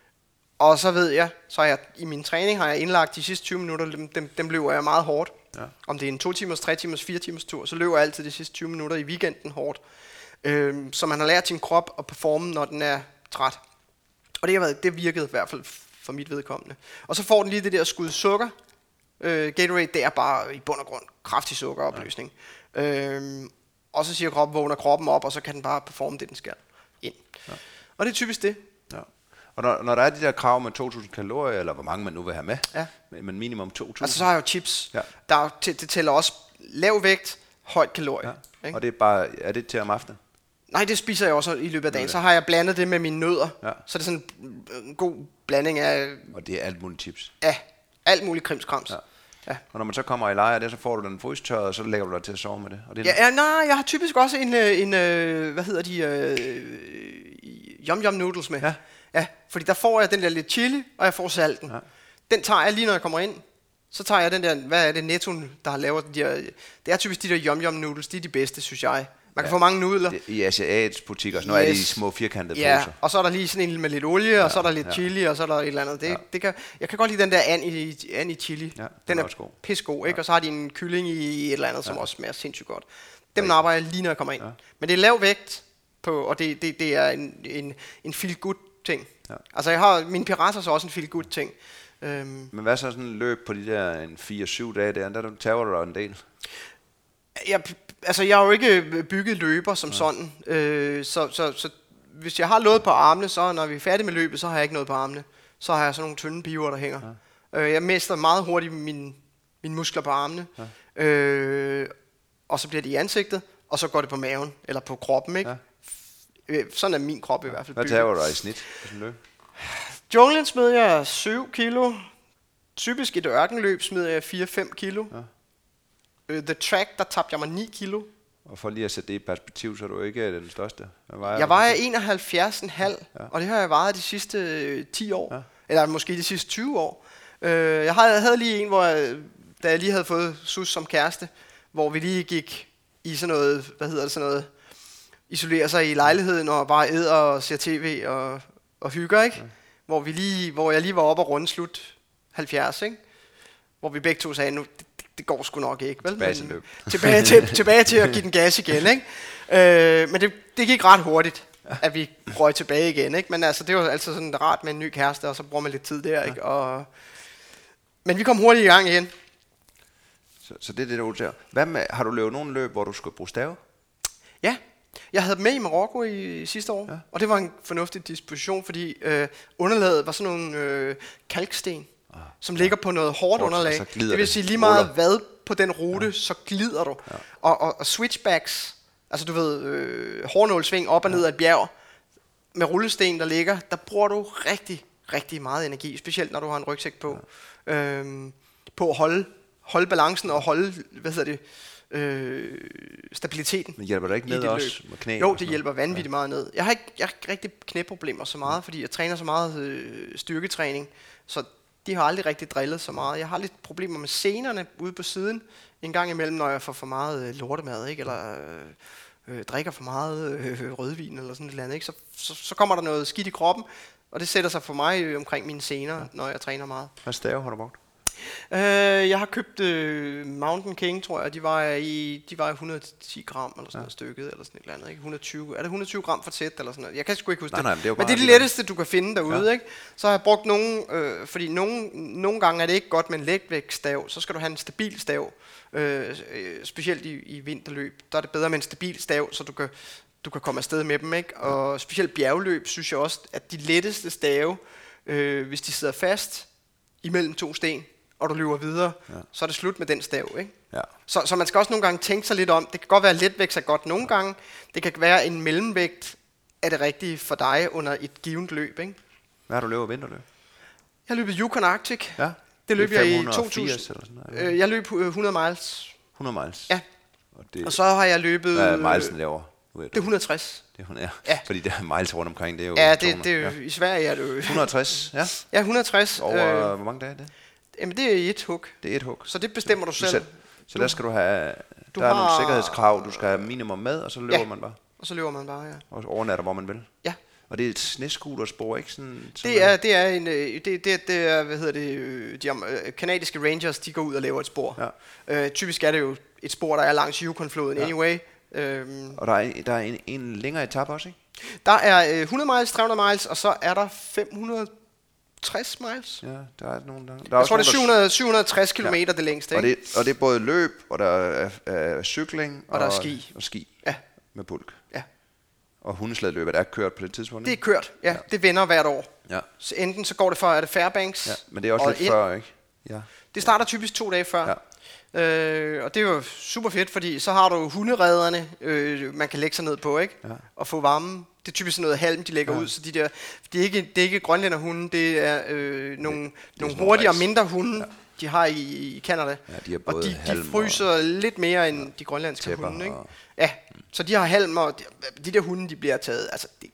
Og så ved jeg, så har jeg i min træning har jeg indlagt de sidste tyve minutter, dem, dem, dem løber jeg meget hårdt. Ja. Om det er en to timers, tre timers, fire timers tur, så løber jeg altid de sidste tyve minutter i weekenden hårdt. Øhm, så man har lært sin krop at performe, når den er træt. Og det har været, det virkede i hvert fald for mit vedkommende. Og så får den lige det der skud sukker. Øh, Gatorade, det er bare i bund og grund kraftig sukkeropløsning. Ja. Øhm, og så siger kroppen, vågner kroppen op, og så kan den bare performe det, den skal ind. Ja. Og det er typisk det. Ja. Og når, når der er de der krav med to tusind kalorier, eller hvor mange man nu vil have med, ja. men minimum to tusind. Altså så har jeg jo chips. Ja. Der er, det tæller også lav vægt, højt kalorier. Ja. Og det er bare, er det til om aftenen? Nej, det spiser jeg også i løbet af dagen. Så har jeg blandet det med mine nødder. Ja. Så det er sådan en god blanding af... Og det er alt muligt chips? Ja, alt muligt krimskrams. Ja. Ja. Og når man så kommer i lejr der, så får du den frystørret, og så lægger du dig til at sove med det. Og det ja, ja, nej, jeg har typisk også en, en, en hvad hedder de, uh, yum yum noodles med. Ja. Ja, fordi der får jeg den der lidt chili, og jeg får salten. Ja. Den tager jeg lige, når jeg kommer ind. Så tager jeg den der, hvad er det, Netto, der har lavet de her, det er typisk de der yum yum noodles, de er de bedste, synes jeg. Man kan ja, få mange nudler. Det, i asiatiske butikker, så nu yes. er det i små firkantede ja, poser. Og så er der lige sådan en med lidt olie, ja, og så er der lidt ja. chili, og så er der et eller andet. Det, ja. det kan, jeg kan godt lide den der and i, and i chili. Ja, den, den er, er pissegod, ikke? Ja. Og så har de en kylling i et eller andet, som ja. også smager sindssygt godt. Dem ja. napper jeg lige, når jeg kommer ind. Ja. Men det er lav vægt, på, og det, det, det er en, en, en feel-good ting. Ja. Altså jeg har, mine Piratos er også en feel-good ting. Um, Men hvad så sådan en løb på de der en fire syv dage der, der tager du dig en del? Jeg, altså jeg har jo ikke bygget løber som ja. sådan, øh, så, så, så hvis jeg har noget på armene, så når vi er færdige med løbet, så har jeg ikke noget på armene. Så har jeg sådan nogle tynde piver, der hænger. Ja. Øh, jeg mister meget hurtigt mine, mine muskler på armene, ja. øh, og så bliver det i ansigtet, og så går det på maven, eller på kroppen, ikke? Ja. Sådan er min krop i hvert fald. Hvad tager du dig i snit på sådan en løb? Junglen smed jeg syv kilo. Typisk et ørkenløb smed jeg fire fem kilo. Ja. Uh, the Track, der tabte jeg mig ni kilo. Og for lige at sætte det i perspektiv, så er du ikke den største. Vejer jeg vejer enoghalvfjerds komma fem, ja. og det har jeg vejet de sidste øh, ti år. Ja. Eller måske de sidste tyve år. Uh, jeg havde, havde lige en, hvor jeg, da jeg lige havde fået Sus som kæreste, hvor vi lige gik i sådan noget, hvad hedder det, sådan noget, isolere sig i lejligheden og bare æder og ser tv og, og hygger, ikke? Ja. Hvor, vi lige, hvor jeg lige var oppe og runde slut halvfjerds, ikke? Hvor vi begge to sagde, nu det, det går sgu nok ikke, vel? Tilbage til løb. tilbage, til, tilbage til at give den gas igen, ikke? Øh, men det, det gik ret hurtigt, at vi røg tilbage igen, ikke? Men altså, det var altid sådan rart med en ny kæreste, og så bruger man lidt tid der, ikke? Og, men vi kom hurtigt i gang igen. Så, så det er det, du ser. Hvad med, har du løbet nogen løb, hvor du skulle bruge stave? Ja. Jeg havde med i Marokko i, i sidste år, ja. og det var en fornuftig disposition, fordi øh, underlaget var sådan nogle øh, kalksten, ah, som ligger på noget hårdt Hårdt, underlag. Det vil sige lige meget hvad på den rute, ja. så glider du. Ja. Og, og, og switchbacks, altså du ved, øh, hårnålsving op og ned ad et bjerg, med rullesten, der ligger, der bruger du rigtig, rigtig meget energi, specielt når du har en rygsæk på, ja. øhm, på at holde, holde balancen og holde, hvad hedder det, Øh, stabiliteten. Men hjælper det ikke ned også med knæ? Jo, det hjælper vanvittigt ja. meget ned. Jeg har ikke, jeg har ikke rigtig knæproblemer så meget, fordi jeg træner så meget øh, styrketræning, så de har aldrig rigtig drillet så meget. Jeg har lidt problemer med senerne ude på siden, en gang imellem, når jeg får for meget øh, lortemad, ikke? Eller øh, øh, drikker for meget øh, rødvin eller sådan et eller andet, ikke? Så, så, så kommer der noget skidt i kroppen, og det sætter sig for mig øh, omkring mine sener, ja. når jeg træner meget. Hvad stave har du brugt? Øh, jeg har købt øh, Mountain King, tror jeg. De var i de var i et hundrede og ti gram eller sådan ja. noget stykket, eller sådan et eller andet. Ikke? et hundrede og tyve, er det et hundrede og tyve gram for tæt, eller sådan noget? Jeg kan sgu ikke huske nej, det. Nej, det men det er det letteste, du kan finde derude. Ja. Ikke? Så har jeg brugt nogle, øh, fordi nogle, nogle gange er det ikke godt med en lægtvægtstav. Så skal du have en stabil stav. Øh, øh, specielt i, i vinterløb. Der er det bedre med en stabil stav, så du kan, du kan komme afsted med dem. Ikke? Og specielt bjergløb, synes jeg også, at de letteste stave, øh, hvis de sidder fast imellem to sten, og du løber videre, ja. så er det slut med den stav. Ikke? Ja. Så, så man skal også nogle gange tænke sig lidt om, det kan godt være, at letvægt er godt nogle gange, det kan være en mellemvægt, er det rigtige for dig under et givet løb. Ikke? Hvad har du løbet vinterløb? Jeg har løbet Yukon Arctic. Ja. Det løb jeg i to tusind. Eller sådan noget. Øh, jeg løb hundrede miles. hundrede miles? Ja. Og, det, og så har jeg løbet... Hvad er milesen laver? Det er et hundrede og tres. Det er, ja. ja. Fordi der er miles rundt omkring, det er jo... Ja, det, det er jo, ja. i Sverige er det jo... et hundrede og tres, ja. Ja, et hundrede og tres. Over øh, hvor mange dage er det? Jamen, det er et hug. Det er et hug. Så det bestemmer du, du selv. selv. Så der skal du have... Du der er nogle sikkerhedskrav, du skal have minimum med, og så løber ja. man bare. Og så løber man bare, ja. Og overnatter, hvor man vil. Ja. Og det er et snescooterspor, ikke sådan? Det er, det er en, det, det, det er, hvad hedder det, de kanadiske Rangers, de går ud og laver et spor. Ja. Øh, typisk er det jo et spor, der er langs Yukon-floden ja. anyway. Øhm, og der er, der er en, en længere etape også, ikke? Der er øh, hundrede miles, tre hundrede miles, og så er der fem hundrede og tres miles. Ja, der er nogle der. der er Jeg tror, det er syv hundrede, syv hundrede og tres kilometer ja. det længste, ikke? Og det, og det er både løb, og der er, er cykling, og, og der er ski. Og ski ja. med pulk. Ja. Og hundeslædeløbet er kørt på det tidspunkt, ikke? Det er kørt, ja. ja. Det vender hvert år. Ja. Så enten så går det for, er det Fairbanks. Ja, men det er også lidt ind. før, ikke? Ja. Det starter typisk to dage før. Ja. Øh, og det er jo super fedt, fordi så har du hunderedderne, øh, man kan lægge sig ned på, ikke? Ja. Og få varme. Det er typisk sådan noget halm, de lægger ja. ud, så de der, det er ikke, det er ikke grønlænderhunde, det er øh, nogle, det, det nogle hurtigere og mindre hunde, ja. de har i, i Canada. Ja, de og de, de fryser og lidt mere end ja. de grønlandske Tæpper hunde, ikke? Og ja, så de har halm, og de, de der hunde, de bliver taget, altså de,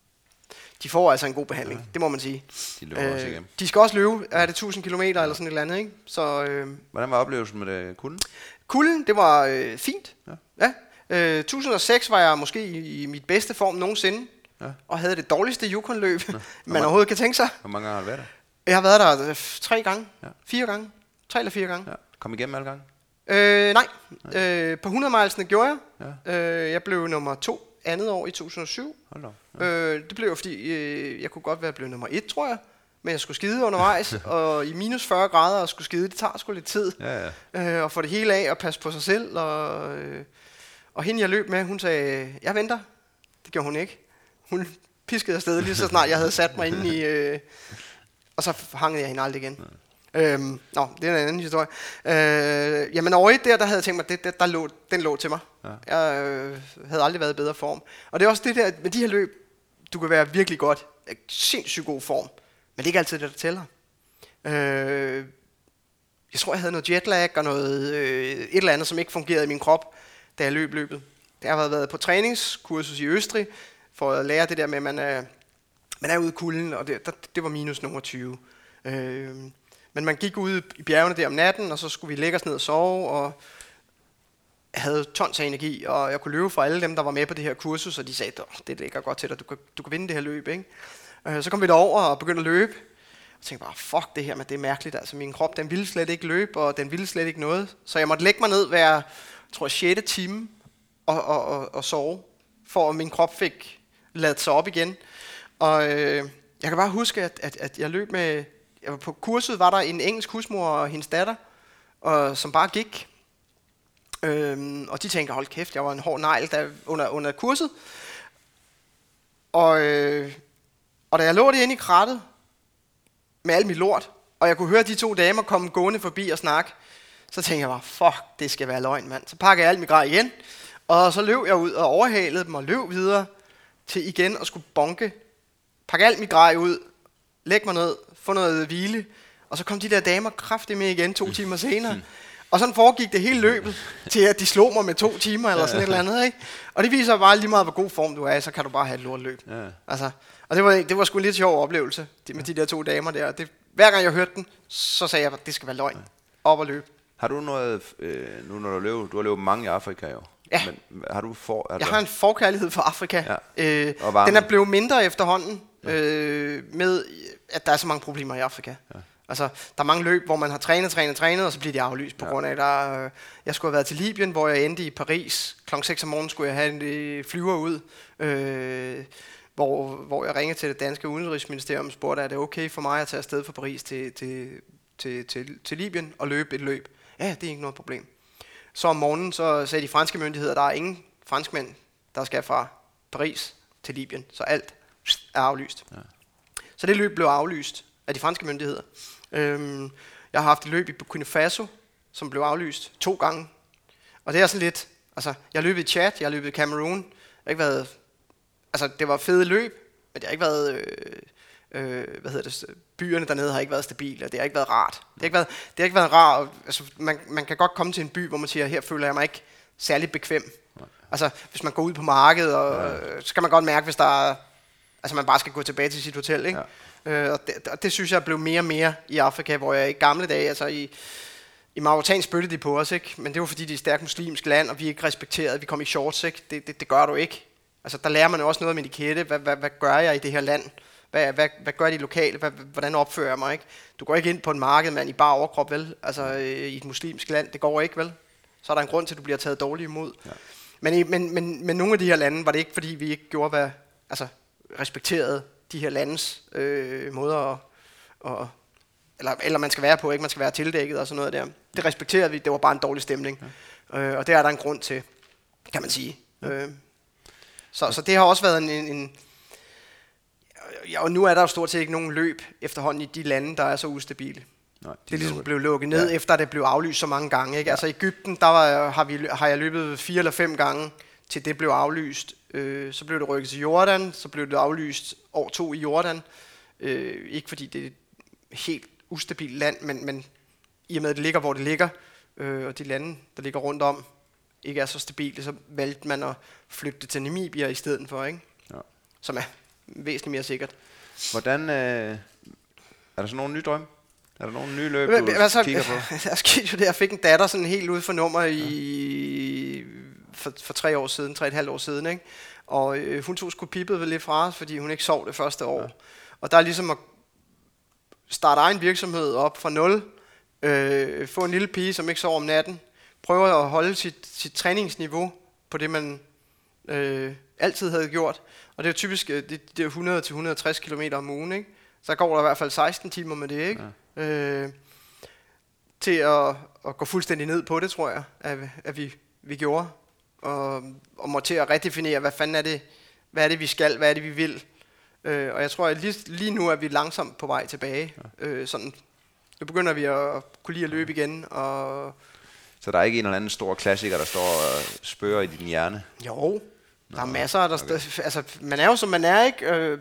de får altså en god behandling, ja. det må man sige. De løber øh, også igennem. De skal også løbe, er det tusind kilometer ja. eller sådan et eller andet, ikke? Så, øh, hvordan var oplevelsen med det, kulden? Kulden, det var øh, fint, ja. ja. Øh, tusind og seks var jeg måske i, i mit bedste form nogensinde. Ja. Og havde det dårligste Yukon-løb, ja. man overhovedet kan tænke sig. Hvor mange gange har du været der? Jeg har været der øh, tre gange, ja. fire gange, tre eller fire gange. Ja. Kom igennem alle gange? Øh, nej, nej. Øh, på hundrede milesene gjorde jeg. Ja. Øh, jeg blev nummer to andet år i to tusind og syv. Hold da. Ja. Øh, det blev jo fordi, øh, jeg kunne godt være blevet nummer et, tror jeg. Men jeg skulle skide undervejs, og i minus fyrre grader og skulle skide, det tager sgu lidt tid. Ja, ja. Øh, og få det hele af og passe på sig selv. Og, øh, og hende jeg løb med, hun sagde, jeg venter. Det gjorde hun ikke. Hun piskede afsted lige så snart jeg havde sat mig inde i... Øh, og så hangede jeg hende aldrig igen. Ja. Øhm, nå, det er en anden historie. Øh, jamen over et der, der havde jeg tænkt mig, det, det, der lå, den lå til mig. Ja. Jeg øh, havde aldrig været i bedre form. Og det er også det der, med de her løb, du kan være virkelig godt, sindssygt god form. Men det er ikke altid det, der tæller. Øh, jeg tror, jeg havde noget jetlag og noget, øh, et eller andet, som ikke fungerede i min krop, da jeg løb løbet. Jeg har været på træningskursus i Østrig, for at lære det der med, at man er, man er ude i kulden, og det, der, det var minus nummer tyve. Øh, men man gik ud i bjergene der om natten, og så skulle vi lægge os ned og sove, og jeg havde tons af energi, og jeg kunne løbe fra alle dem, der var med på det her kursus, og de sagde, det ligger godt til dig, du kan, du kan vinde det her løb, ikke? Øh, så kom vi derover og begyndte at løbe. Jeg tænkte bare, fuck det her, men det er mærkeligt, altså min krop, den ville slet ikke løbe, og den ville slet ikke noget. Så jeg måtte lægge mig ned hver, jeg tror, sjette time, og, og, og, og sove, for at min krop fik ladet sig op igen. Og øh, jeg kan bare huske, at, at, at jeg løb med... Jeg var på kurset, var der en engelsk husmor og hendes datter, og, som bare gik. Øhm, og de tænker, hold kæft, jeg var en hård negl der, under, under kurset. Og, øh, og da jeg lå det inde i krattet, med alt mit lort, og jeg kunne høre de to damer komme gående forbi og snakke, så tænkte jeg bare, fuck, det skal være løgn, mand. Så pakkede jeg alt mit grej igen, og så løb jeg ud og overhalede dem og løb videre til igen at skulle bonke. Pakke alt mit grej ud, lægge mig ned, få noget hvile, og så kom de der damer kraftigt med igen to timer senere. Og sådan foregik det hele løbet, til at de slog mig med to timer eller sådan et eller andet, ikke? Og det viser bare lige meget, hvor god form du er, så kan du bare have et lortløb. Ja. Altså, og det var, det var sgu en lidt sjov oplevelse, det, med de der to damer der. Det, hver gang jeg hørte den, så sagde jeg, at det skal være løgn. Op og løbe. Har du noget, øh, nu når du løber, du har løbet mange i Afrika jo. Ja. Men har du for, jeg har en forkærlighed for Afrika. Ja. Øh, den er blevet mindre efterhånden, ja. øh, med at der er så mange problemer i Afrika. Ja. Altså, der er mange løb, hvor man har trænet, trænet, trænet, og så bliver de aflyst på ja. grund af, der, øh, jeg skulle have været til Libyen, hvor jeg endte i Paris. klokken seks om morgenen skulle jeg have en øh, flyver ud, øh, hvor, hvor jeg ringede til det danske udenrigsministerium og spurgte, er det okay for mig at tage afsted fra Paris til, til, til, til, til Libyen og løbe et løb? Ja, det er ikke noget problem. Så om morgenen, så sagde de franske myndigheder, der er ingen franskmænd, der skal fra Paris til Libyen, så alt er aflyst. Ja. Så det løb blev aflyst af de franske myndigheder. Øhm, jeg har haft et løb i Burkina Faso, som blev aflyst to gange. Og det er sådan lidt, altså, jeg har løbet i Chad, jeg har løbet i Cameroon. Det har ikke været, altså, det var fede løb, men det har ikke været, øh, øh, hvad hedder det, byerne dernede har ikke været stabile, og det har ikke været rart. Det har ikke været, det har ikke været rart, altså, man, man kan godt komme til en by, hvor man siger, her føler jeg mig ikke særlig bekvem. Altså, hvis man går ud på markedet, og, ja. så kan man godt mærke, hvis der er, altså man bare skal gå tilbage til sit hotel, ikke? Ja. Øh, og, det, og det synes jeg blev mere og mere i Afrika, hvor jeg i gamle dage, altså i, i Mauretanien spyttede de på os, ikke? Men det var fordi, det er et stærkt muslimsk land, og vi er ikke respekteret, vi kom i shorts, ikke? Det, det, det gør du ikke. Altså, der lærer man jo også noget om etikette. Hvad, hvad, hvad gør jeg i det her land? Hvad, hvad, hvad gør de lokale? Hvad, hvordan opfører jeg mig, ikke? Du går ikke ind på en marked, mand, i bare overkrop, vel? Altså, i et muslimsk land, det går ikke, vel? Så er der en grund til, at du bliver taget dårligt imod. Ja. Men, i, men, men, men nogle af de her lande var det ikke, fordi vi ikke gjorde, hvad, altså, respekterede de her landes øh, måder at, og, eller, eller man skal være på, ikke? Man skal være tildækket og sådan noget der. Det respekterede vi, det var bare en dårlig stemning. Ja. Øh, og det er der en grund til, kan man sige. Ja. Øh, så, så det har også været en, en, en ja, og nu er der jo stort set ikke nogen løb efterhånden i de lande, der er så ustabile. Nej, de det er ligesom lukket. Blev lukket ned, ja. Efter det blev aflyst så mange gange. Ikke? Ja. Altså i Egypten, der var, har, vi, har jeg løbet fire eller fem gange, til det blev aflyst. Øh, så blev det rykket til Jordan, så blev det aflyst år to i Jordan. Øh, ikke fordi det er et helt ustabilt land, men, men i og med at det ligger, hvor det ligger, øh, og de lande, der ligger rundt om, ikke er så stabile, så valgte man at flytte det til Namibia i stedet for, ikke? Ja. Som er væsentligt mere sikkert. Hvordan, øh, er der så nogle nye drømme? Er der nogle nye løb, du altså, kigger på? Jeg skete jo det, jeg fik en datter sådan helt ude for nummer i, ja. for, for tre år siden, tre og et halvt år siden, ikke? Og øh, hun tog sgu pippet vel lidt fra os, fordi hun ikke sov det første år. Ja. Og der er ligesom at starte egen virksomhed op fra nul, øh, få en lille pige, som ikke sover om natten, prøve at holde sit, sit træningsniveau på det, man øh, altid havde gjort. Og det er jo typisk det, det er hundrede til hundrede og tres kilometer om ugen, ikke? Så går der i hvert fald seksten timer med det, ikke? Ja. Øh, til at, at gå fuldstændig ned på det, tror jeg, at, at vi, vi gjorde. Og, og må til at redefinere, hvad fanden er det, hvad er det, vi skal, hvad er det, vi vil. Øh, og jeg tror, at lige, lige nu er vi langsomt på vej tilbage. Ja. Øh, sådan, nu begynder vi at kunne lide at løbe igen. Og så der er ikke en eller anden stor klassiker, der står og spørger i din hjerne? Jo, der er masser. Der okay. st- altså, man er jo, som man er, ikke? Øh,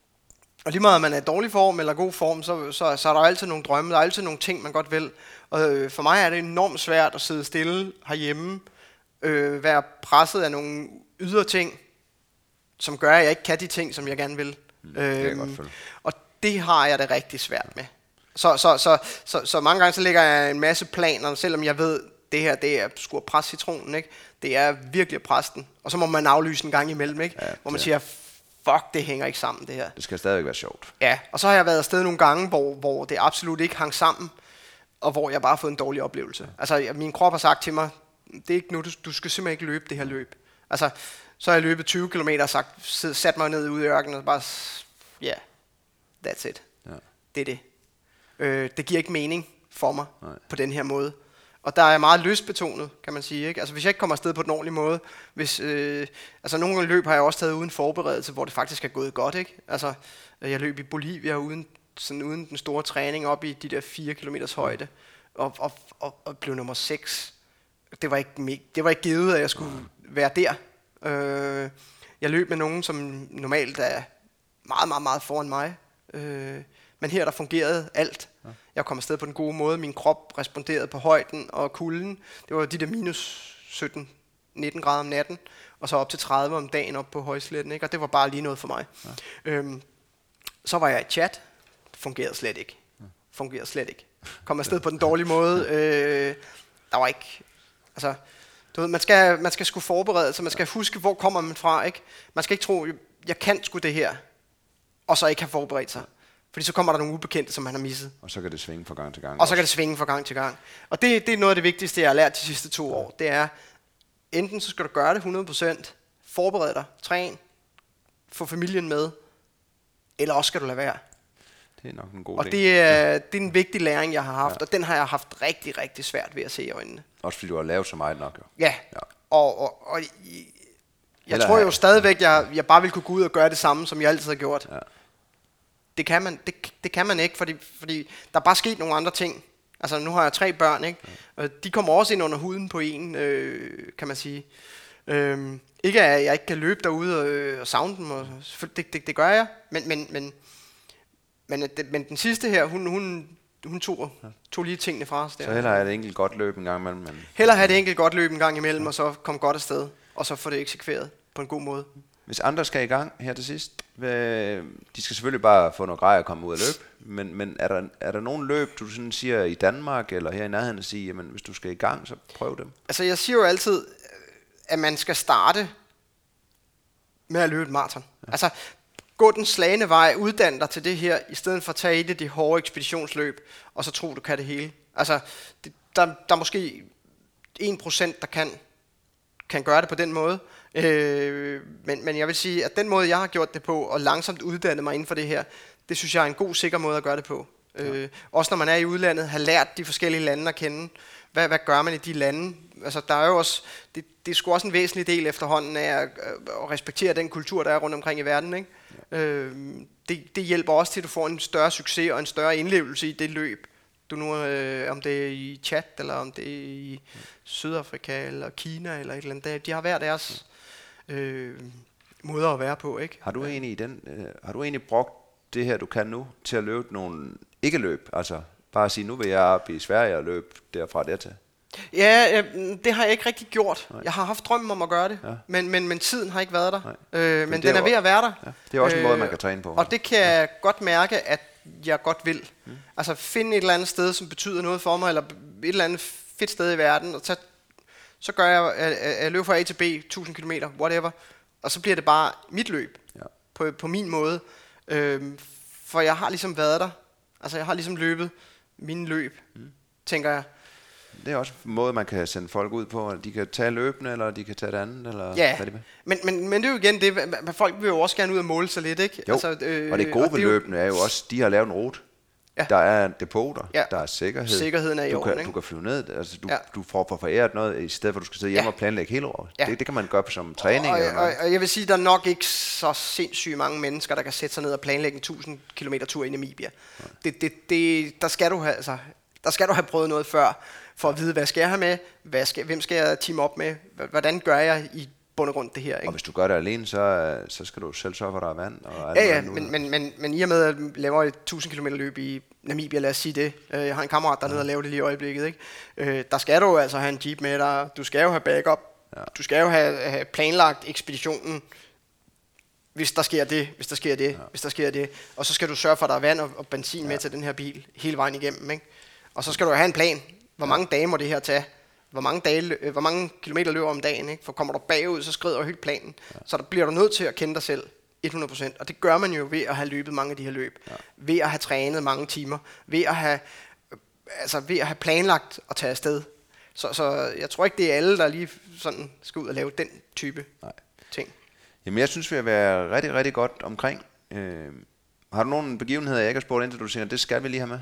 og lige meget, om man er i dårlig form eller god form, så, så, så er der altid nogle drømme, der er altid nogle ting, man godt vil. Og øh, for mig er det enormt svært at sidde stille herhjemme, øh, være presset af nogle ydre ting, som gør, at jeg ikke kan de ting, som jeg gerne vil. Mm, øhm, det og det har jeg det rigtig svært med. Så, så, så, så, så mange gange så lægger jeg en masse planer, selvom jeg ved, det her, det er sgu at presse citronen, ikke? Det er virkelig at presse den. Og så må man aflyse en gang imellem, ikke? Ja, hvor man siger, fuck, det hænger ikke sammen, det her. Det skal stadigvæk være sjovt. Ja, og så har jeg været afsted nogle gange, hvor, hvor det absolut ikke hang sammen, og hvor jeg bare har fået en dårlig oplevelse. Altså, min krop har sagt til mig, det er ikke nu, du, du skal simpelthen ikke løbe det her løb. Altså, så har jeg løbet tyve kilometer og sagt, sat mig ned ude i ørkenen og bare, ja, yeah, that's it. Ja. Det er det. Øh, det giver ikke mening for mig. Nej. På den her måde. Og der er meget lystbetonet, kan man sige, ikke? Altså hvis jeg ikke kommer afsted på den ordentlige måde, hvis, øh, altså nogle gange løb har jeg også taget uden forberedelse, hvor det faktisk er gået godt, ikke? Altså jeg løb i Bolivia uden, sådan uden den store træning op i de der fire kilometers højde, og, og, og, og blev nummer seks. Det var ikke, det var ikke givet, at jeg skulle være der. Øh, jeg løb med nogen, som normalt er meget, meget, meget foran mig. Øh, men her der fungerede alt. Jeg kom afsted på den gode måde. Min krop responderede på højden og kulden. Det var de der minus sytten nitten grader om natten, og så op til tredive om dagen op på højsletten, ikke? Og det var bare lige noget for mig. Ja. Øhm, så var jeg i chat. Det fungerede slet ikke. Fungerede slet ikke. Kom afsted på den dårlige måde. Øh, der var ikke... Altså, du ved, man skal, man skal sgu forberede sig. Man skal huske, hvor kommer man fra, ikke? Man skal ikke tro, jeg kan sgu det her, og så ikke have forberedt sig. Fordi så kommer der nogle ubekendte, som han har misset. Og så kan det svinge fra gang til gang. Og også. Så kan det svinge fra gang til gang. Og det, det er noget af det vigtigste, jeg har lært de sidste to år. Det er, enten så skal du gøre det hundrede procent, forberede dig, træn, få familien med, eller også skal du lade være. Det er nok en god og ting. det er, det er en vigtig læring, jeg har haft, ja. Og den har jeg haft rigtig, rigtig svært ved at se i øjnene. Også fordi du har lavet så meget nok, jo. Ja, ja. og... og, og i, jeg Heller tror jo stadigvæk, jeg, jeg bare vil kunne gå ud og gøre det samme, som jeg altid har gjort. Ja. Det kan man, det, det kan man ikke, fordi, fordi der er bare sket nogle andre ting. Altså nu har jeg tre børn, ikke? Ja. Og de kommer også ind under huden på en, øh, kan man sige. Øh, ikke at jeg ikke kan løbe derude og, øh, og savne dem, og det, det, det gør jeg. Men, men, men, men, det, men den sidste her, hun, hun, hun tog, tog lige tingene fra os der. Så hellere have et enkelt godt løb en gang imellem. Men hellere have et enkelt godt løb en gang imellem, ja. Og så komme godt afsted, og så få det eksekveret på en god måde. Hvis andre skal i gang her til sidst, de skal selvfølgelig bare få noget grej at komme ud og løbe, men, men er, der, er der nogen løb, du sådan siger i Danmark eller her i nærheden, at sige, jamen hvis du skal i gang, så prøv dem? Altså jeg siger jo altid, at man skal starte med at løbe et maraton. Ja. Altså gå den slagende vej, uddanne dig til det her, i stedet for at tage et af de hårde ekspeditionsløb, og så tro, du kan det hele. Altså det, der, der er måske en procent, der kan, kan gøre det på den måde. Øh, men, men jeg vil sige, at den måde, jeg har gjort det på, og langsomt uddanne mig inden for det her, det synes jeg er en god, sikker måde at gøre det på. Ja. Øh, også når man er i udlandet, har lært de forskellige lande at kende. Hvad, hvad gør man i de lande? Altså, der er jo også, det, det er sgu også en væsentlig del efterhånden af at, at respektere den kultur, der er rundt omkring i verden. Ikke? Ja. Øh, det, det hjælper også til, at du får en større succes og en større indlevelse i det løb. Du nu, øh, om det er i Chad, eller om det er i ja. Sydafrika, eller Kina, eller et eller andet. De har hver deres... Øh, måder at være på, ikke? Har du egentlig i den, øh, har du egentlig brugt det her du kan nu til at løbe nogle ikke løb, altså bare at sige nu vil jeg op i Sverige og løbe derfra dertil? Ja, øh, det har jeg ikke rigtig gjort. Nej. Jeg har haft drømmen om at gøre det, ja. men, men men tiden har ikke været der. Øh, men den er ved at være der. Ja. Det er også en øh, måde man kan træne på. Og det kan ja. jeg godt mærke at jeg godt vil. Mm. Altså finde et eller andet sted som betyder noget for mig, eller et eller andet fedt sted i verden, og tage så gør jeg, at jeg løber fra A til B, tusind kilometer, whatever, og så bliver det bare mit løb, ja. på, på min måde, øhm, for jeg har ligesom været der, altså jeg har ligesom løbet mine løb, mm. tænker jeg. Det er også en måde, man kan sende folk ud på, de kan tage løbende, eller de kan tage det andet, eller ja. hvad det med? Men, men, men det er jo igen det, folk vil jo også gerne ud og måle sig lidt, ikke? Jo, altså, øh, og det gode ved løbene er jo også, de har lavet en rute. Ja. Der er depoter, ja. Der er sikkerhed. Sikkerheden er i du orden, kan, du kan flyve ned, altså du, ja. du får for foræret noget, i stedet for at du skal sidde hjemme ja. og planlægge hele året. Ja. Det, det kan man gøre som træning. Og, eller og, og jeg vil sige, der er nok ikke så sindssygt mange mennesker, der kan sætte sig ned og planlægge en tusind kilometer tur i Namibia. Ja. Det, det, det, der, skal du have, altså, der skal du have prøvet noget før, for at vide, hvad skal jeg have med, hvad skal, hvem skal jeg team op med, hvordan gør jeg i bund og grund det her. Ikke? Og hvis du gør det alene, så, så skal du selv sørge for, at der er vand. Og ja, ja, men, men, men, men i og med, at jeg laver et tusind kilometer løb i Namibia, lad os sige det. Jeg har en kammerat dernede, ja. og laver det lige i øjeblikket. Ikke? Øh, der skal du altså have en jeep med dig. Du skal jo have backup. Ja. Du skal jo have, have planlagt ekspeditionen, hvis der sker det, hvis der sker det, ja. hvis der sker det. Og så skal du sørge for, at der er vand og, og benzin ja. med til den her bil hele vejen igennem. Ikke? Og så skal du have en plan. Hvor mange ja. dage må det her tage? Hvor mange, dage, hvor mange kilometer løber om dagen, ikke? For kommer du bagud, så skrider jo helt planen. Ja. Så der bliver du nødt til at kende dig selv hundrede procent. Og det gør man jo ved at have løbet mange af de her løb. Ja. Ved at have trænet mange timer. Ved at have, altså ved at have planlagt at tage afsted. Så, så jeg tror ikke, det er alle, der lige sådan skal ud og lave den type Nej. ting. Jamen jeg synes, vi har været rigtig, rigtig godt omkring. Øh, har du nogle begivenheder, jeg ikke har spurgt ind til, du siger, det skal vi lige have med?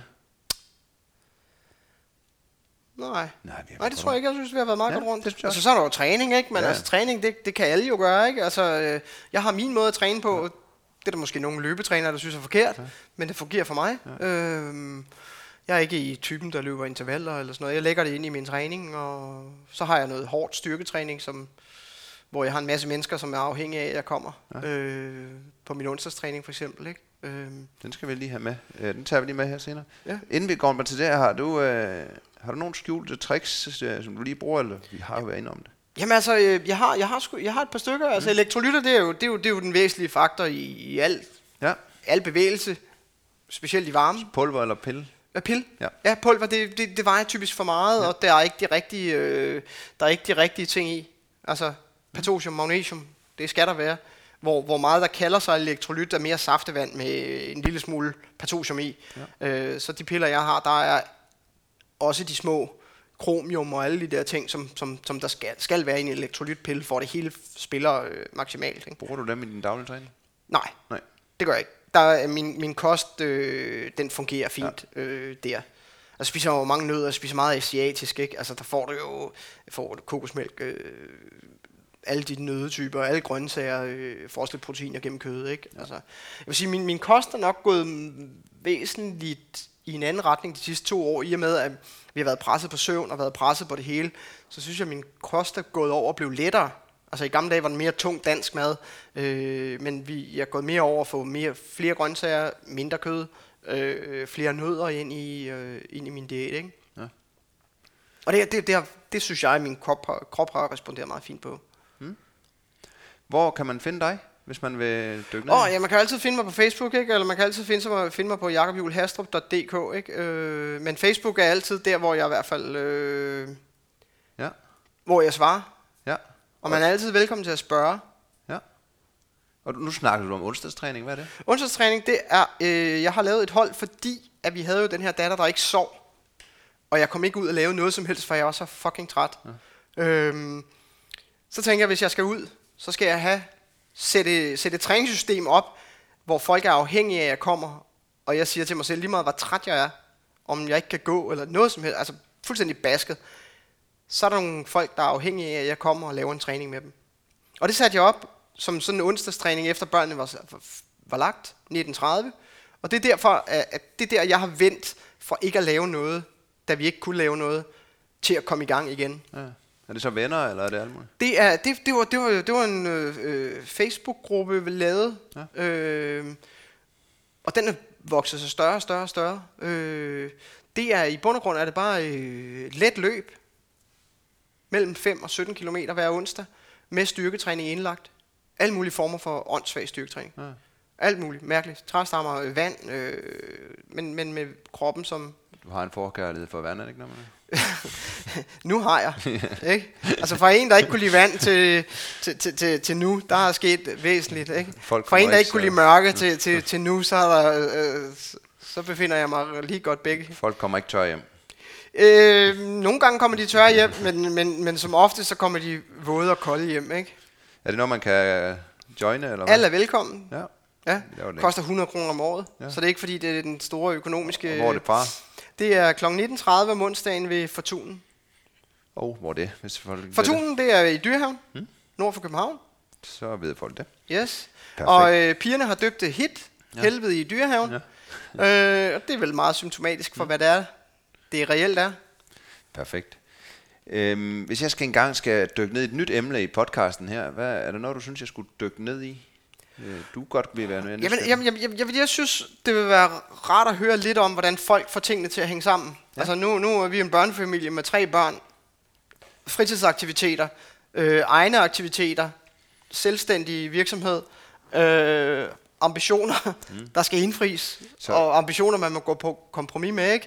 Nej, Nej, Nej det tror jeg ikke. Jeg synes, vi har været meget ja, godt rundt. Altså, så er der jo træning, ikke? Men ja. altså, træning, det, det kan alle jo gøre, ikke? Altså, øh, jeg har min måde at træne på. Ja. Det er der måske nogle løbetrænere, der synes er forkert, ja. men det fungerer for mig. Ja. Øhm, jeg er ikke i typen, der løber intervaller eller sådan noget. Jeg lægger det ind i min træning, og så har jeg noget hårdt styrketræning, som, hvor jeg har en masse mennesker, som er afhængige af, at jeg kommer. Ja. Øh, på min onsdagstræning for eksempel, ikke? Øhm. Den skal vi lige have med. Den tager vi lige med her senere. Ja. Inden vi går til det her, har du... Øh Har du nogle skjulte tricks, som du lige bruger, eller vi har jo været inde om det? Jamen altså, jeg har, jeg har, sku, jeg har et par stykker. Altså mm. elektrolytter, det er, jo, det, er jo, det er jo den væsentlige faktor i, i al, ja. al bevægelse, specielt i varme. Så pulver eller pille? Ja, pille. Ja, ja pulver, det, det, det vejer typisk for meget, ja. og der er ikke de rigtige, øh, der er ikke de rigtige ting i. Altså, potassium, magnesium, det skal der være. hvor, hvor meget der kalder sig elektrolyt er mere saftevand med en lille smule potassium i. Ja. Øh, så de piller, jeg har, der er også de små kromium og alle de der ting, som, som, som der skal, skal være i en elektrolytpille, for det hele spiller øh, maksimalt. Ikke? Bruger du dem i din daglige træning? Nej, Nej, det gør jeg ikke. Der er min, min kost, øh, den fungerer fint ja. øh, der. Altså spiser jo mange nødder, jeg spiser meget asiatisk, ikke? Altså der får du jo får du kokosmælk, øh, alle de nøddetyper, alle grøntsager, øh, får også lidt proteiner gennem kød, ikke? Ja. Altså, jeg vil sige, min, min kost er nok gået væsentligt i en anden retning de sidste to år, i og med, at vi har været presset på søvn og været presset på det hele, så synes jeg, at min kost er gået over og blev lettere. Altså i gamle dage var den mere tung dansk mad, øh, men vi er gået mere over at få mere, flere grøntsager, mindre kød, øh, flere nødder ind i, øh, ind i min diæt, ikke? Ja. Og det, det, det, det synes jeg, at min krop har, krop har responderet meget fint på. Hmm. Hvor kan man finde dig, hvis man vil dykke ned? Åh, oh, ja, man kan altid finde mig på Facebook, ikke? Eller man kan altid finde mig, finde mig på jakob juel hastrup punktum d k, ikke? Øh, men Facebook er altid der, hvor jeg i hvert fald, øh, ja. hvor jeg svarer. Ja. Og man er altid velkommen til at spørge. Ja. Og nu snakker du om onsdagstræning, hvad er det? Onsdagstræning, det er, øh, jeg har lavet et hold, fordi at vi havde jo den her datter, der ikke sov. Og jeg kom ikke ud og lave noget som helst, for jeg var så fucking træt. Ja. Øhm, så tænker jeg, hvis jeg skal ud, så skal jeg have sætte, sætte et træningssystem op, hvor folk er afhængige af, at jeg kommer. Og jeg siger til mig selv, lige meget hvor træt jeg er, om jeg ikke kan gå, eller noget som helst, altså fuldstændig basket. Så er der nogle folk, der er afhængige af, at jeg kommer og laver en træning med dem. Og det satte jeg op som sådan en onsdagstræning, efter børnene var, var lagt, nitten tredive. Og det er derfor, at det er der, jeg har vendt for ikke at lave noget, da vi ikke kunne lave noget, til at komme i gang igen. Ja. Er det så venner, eller er det alt muligt? Det, er, det, det, var, det, var, det var en øh, Facebook-gruppe, vi lavede. Ja. Øh, og den er vokset sig større og større og større. Øh, det er i bund og grund er det bare øh, let løb. Mellem fem og sytten kilometer hver onsdag, med styrketræning indlagt. Alle mulige former for åndssvag styrketræning. Ja. Alt muligt, mærkeligt. Træstammer, vand, øh, men, men med kroppen som... Du har en forkærlighed for vand, er det ikke noget? Nu har jeg, ikke? Altså fra en, der ikke kunne lide vand til, til, til, til, til nu, der er sket væsentligt, ikke? Fra en, der ikke kunne lide mørke til, til, til nu, så, er der, øh, så befinder jeg mig lige godt begge. Folk kommer ikke tør hjem. Øh, nogle gange kommer de tørre hjem, men, men, men som ofte så kommer de våde og kolde hjem, ikke? Er det noget, man kan joine, eller hvad? Alle er velkommen. Ja. Ja, det koster hundrede kroner om året, ja. Så det er ikke fordi, det er den store økonomiske... Og hvor er det fra? Det er klokken nitten tredive om onsdagen ved Fortunen. Åh, oh, hvor er det? Hvis folk Fortunen, det er i Dyrehaven, hmm? nord for København. Så ved folk det. Yes. Perfekt. Og øh, pigerne har døbt det hit, ja. Helvede i Dyrehaven. Ja. øh, og det er vel meget symptomatisk for, hvad det er, det reelt er. Perfekt. Øhm, hvis jeg skal engang skal dykke ned i et nyt emne i podcasten her, hvad er der noget, du synes, jeg skulle dykke ned i? Du godt vil være noget. Jamen, jamen, jamen, jamen, jeg, jeg synes, det vil være rart at høre lidt om, hvordan folk får tingene til at hænge sammen. Ja. Altså nu, nu er vi en børnefamilie med tre børn, fritidsaktiviteter, øh, egne aktiviteter, selvstændig virksomhed, øh, ambitioner, mm. der skal indfries, så. Og ambitioner, man må gå på kompromis med, ikke?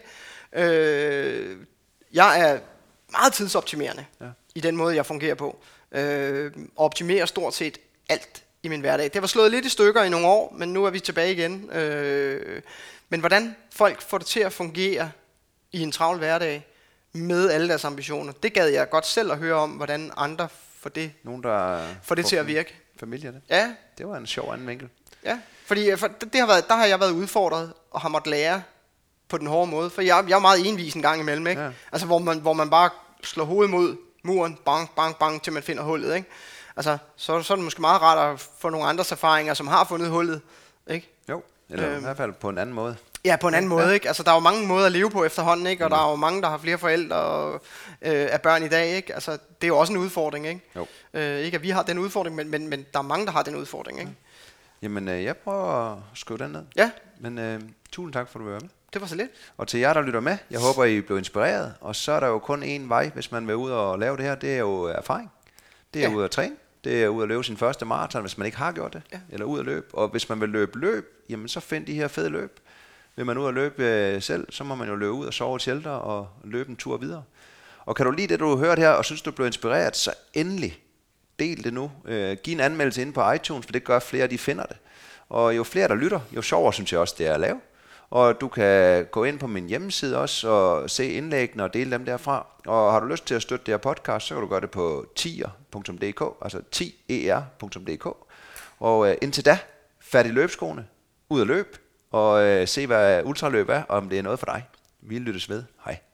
Øh, jeg er meget tidsoptimerende ja. I den måde, jeg fungerer på. Øh, optimerer stort set alt i min hverdag. Det var slået lidt i stykker i nogle år, men nu er vi tilbage igen. Øh, men hvordan folk får det til at fungere i en travl hverdag med alle deres ambitioner, det gad jeg godt selv at høre om, hvordan andre får det, Nogen, der får det til at virke. Familier det? Ja. Det var en sjov anden vinkel. Ja, fordi for det har været, der har jeg været udfordret og har måttet lære på den hårde måde. For jeg, jeg er meget envis en gang imellem, ikke? Ja. Altså hvor man, hvor man bare slår hovedet mod muren, bang, bang, bang, til man finder hullet, ikke? Altså, så, så er det måske meget rart at få nogle andres erfaringer, som har fundet hullet, ikke? Jo, eller øhm, i hvert fald på en anden måde. Ja, på en anden ja. måde, ikke? Altså, der er jo mange måder at leve på efterhånden, ikke? Og mm. der er jo mange, der har flere forældre og, øh, af børn i dag, ikke? Altså, det er jo også en udfordring, ikke? Jo. Øh, ikke at vi har den udfordring, men, men, men der er mange, der har den udfordring, ikke? Jamen, øh, jeg prøver at skrive den ned. Ja. Men øh, tusind tak for, at du var med. Det var så lidt. Og til jer, der lytter med, jeg håber, I blev inspireret. Og så er der jo kun én vej, hvis man vil ud og lave det her. Det er jo erfaring. Det er ja. Ud at træne. Det er ud at løbe sin første maraton, hvis man ikke har gjort det. Ja. Eller ud at løbe. Og hvis man vil løbe løb, jamen så find de her fede løb. Vil man ud og løbe øh, selv, så må man jo løbe ud og sove i shelter og løbe en tur videre. Og kan du lide det, du har hørt her, og synes, du blev inspireret, så endelig del det nu. Øh, giv en anmeldelse inde på iTunes, for det gør flere, de finder det. Og jo flere, der lytter, jo sjovere synes jeg også, det er at lave. Og du kan gå ind på min hjemmeside også og se indlæggene og dele dem derfra. Og har du lyst til at støtte det her podcast, så kan du gøre det på tier punktum d k, altså tier punktum d k. Og øh, indtil da, fat i løbskoene, ud at løb, og øh, se hvad ultraløb er, og om det er noget for dig. Vi lyttes ved. Hej.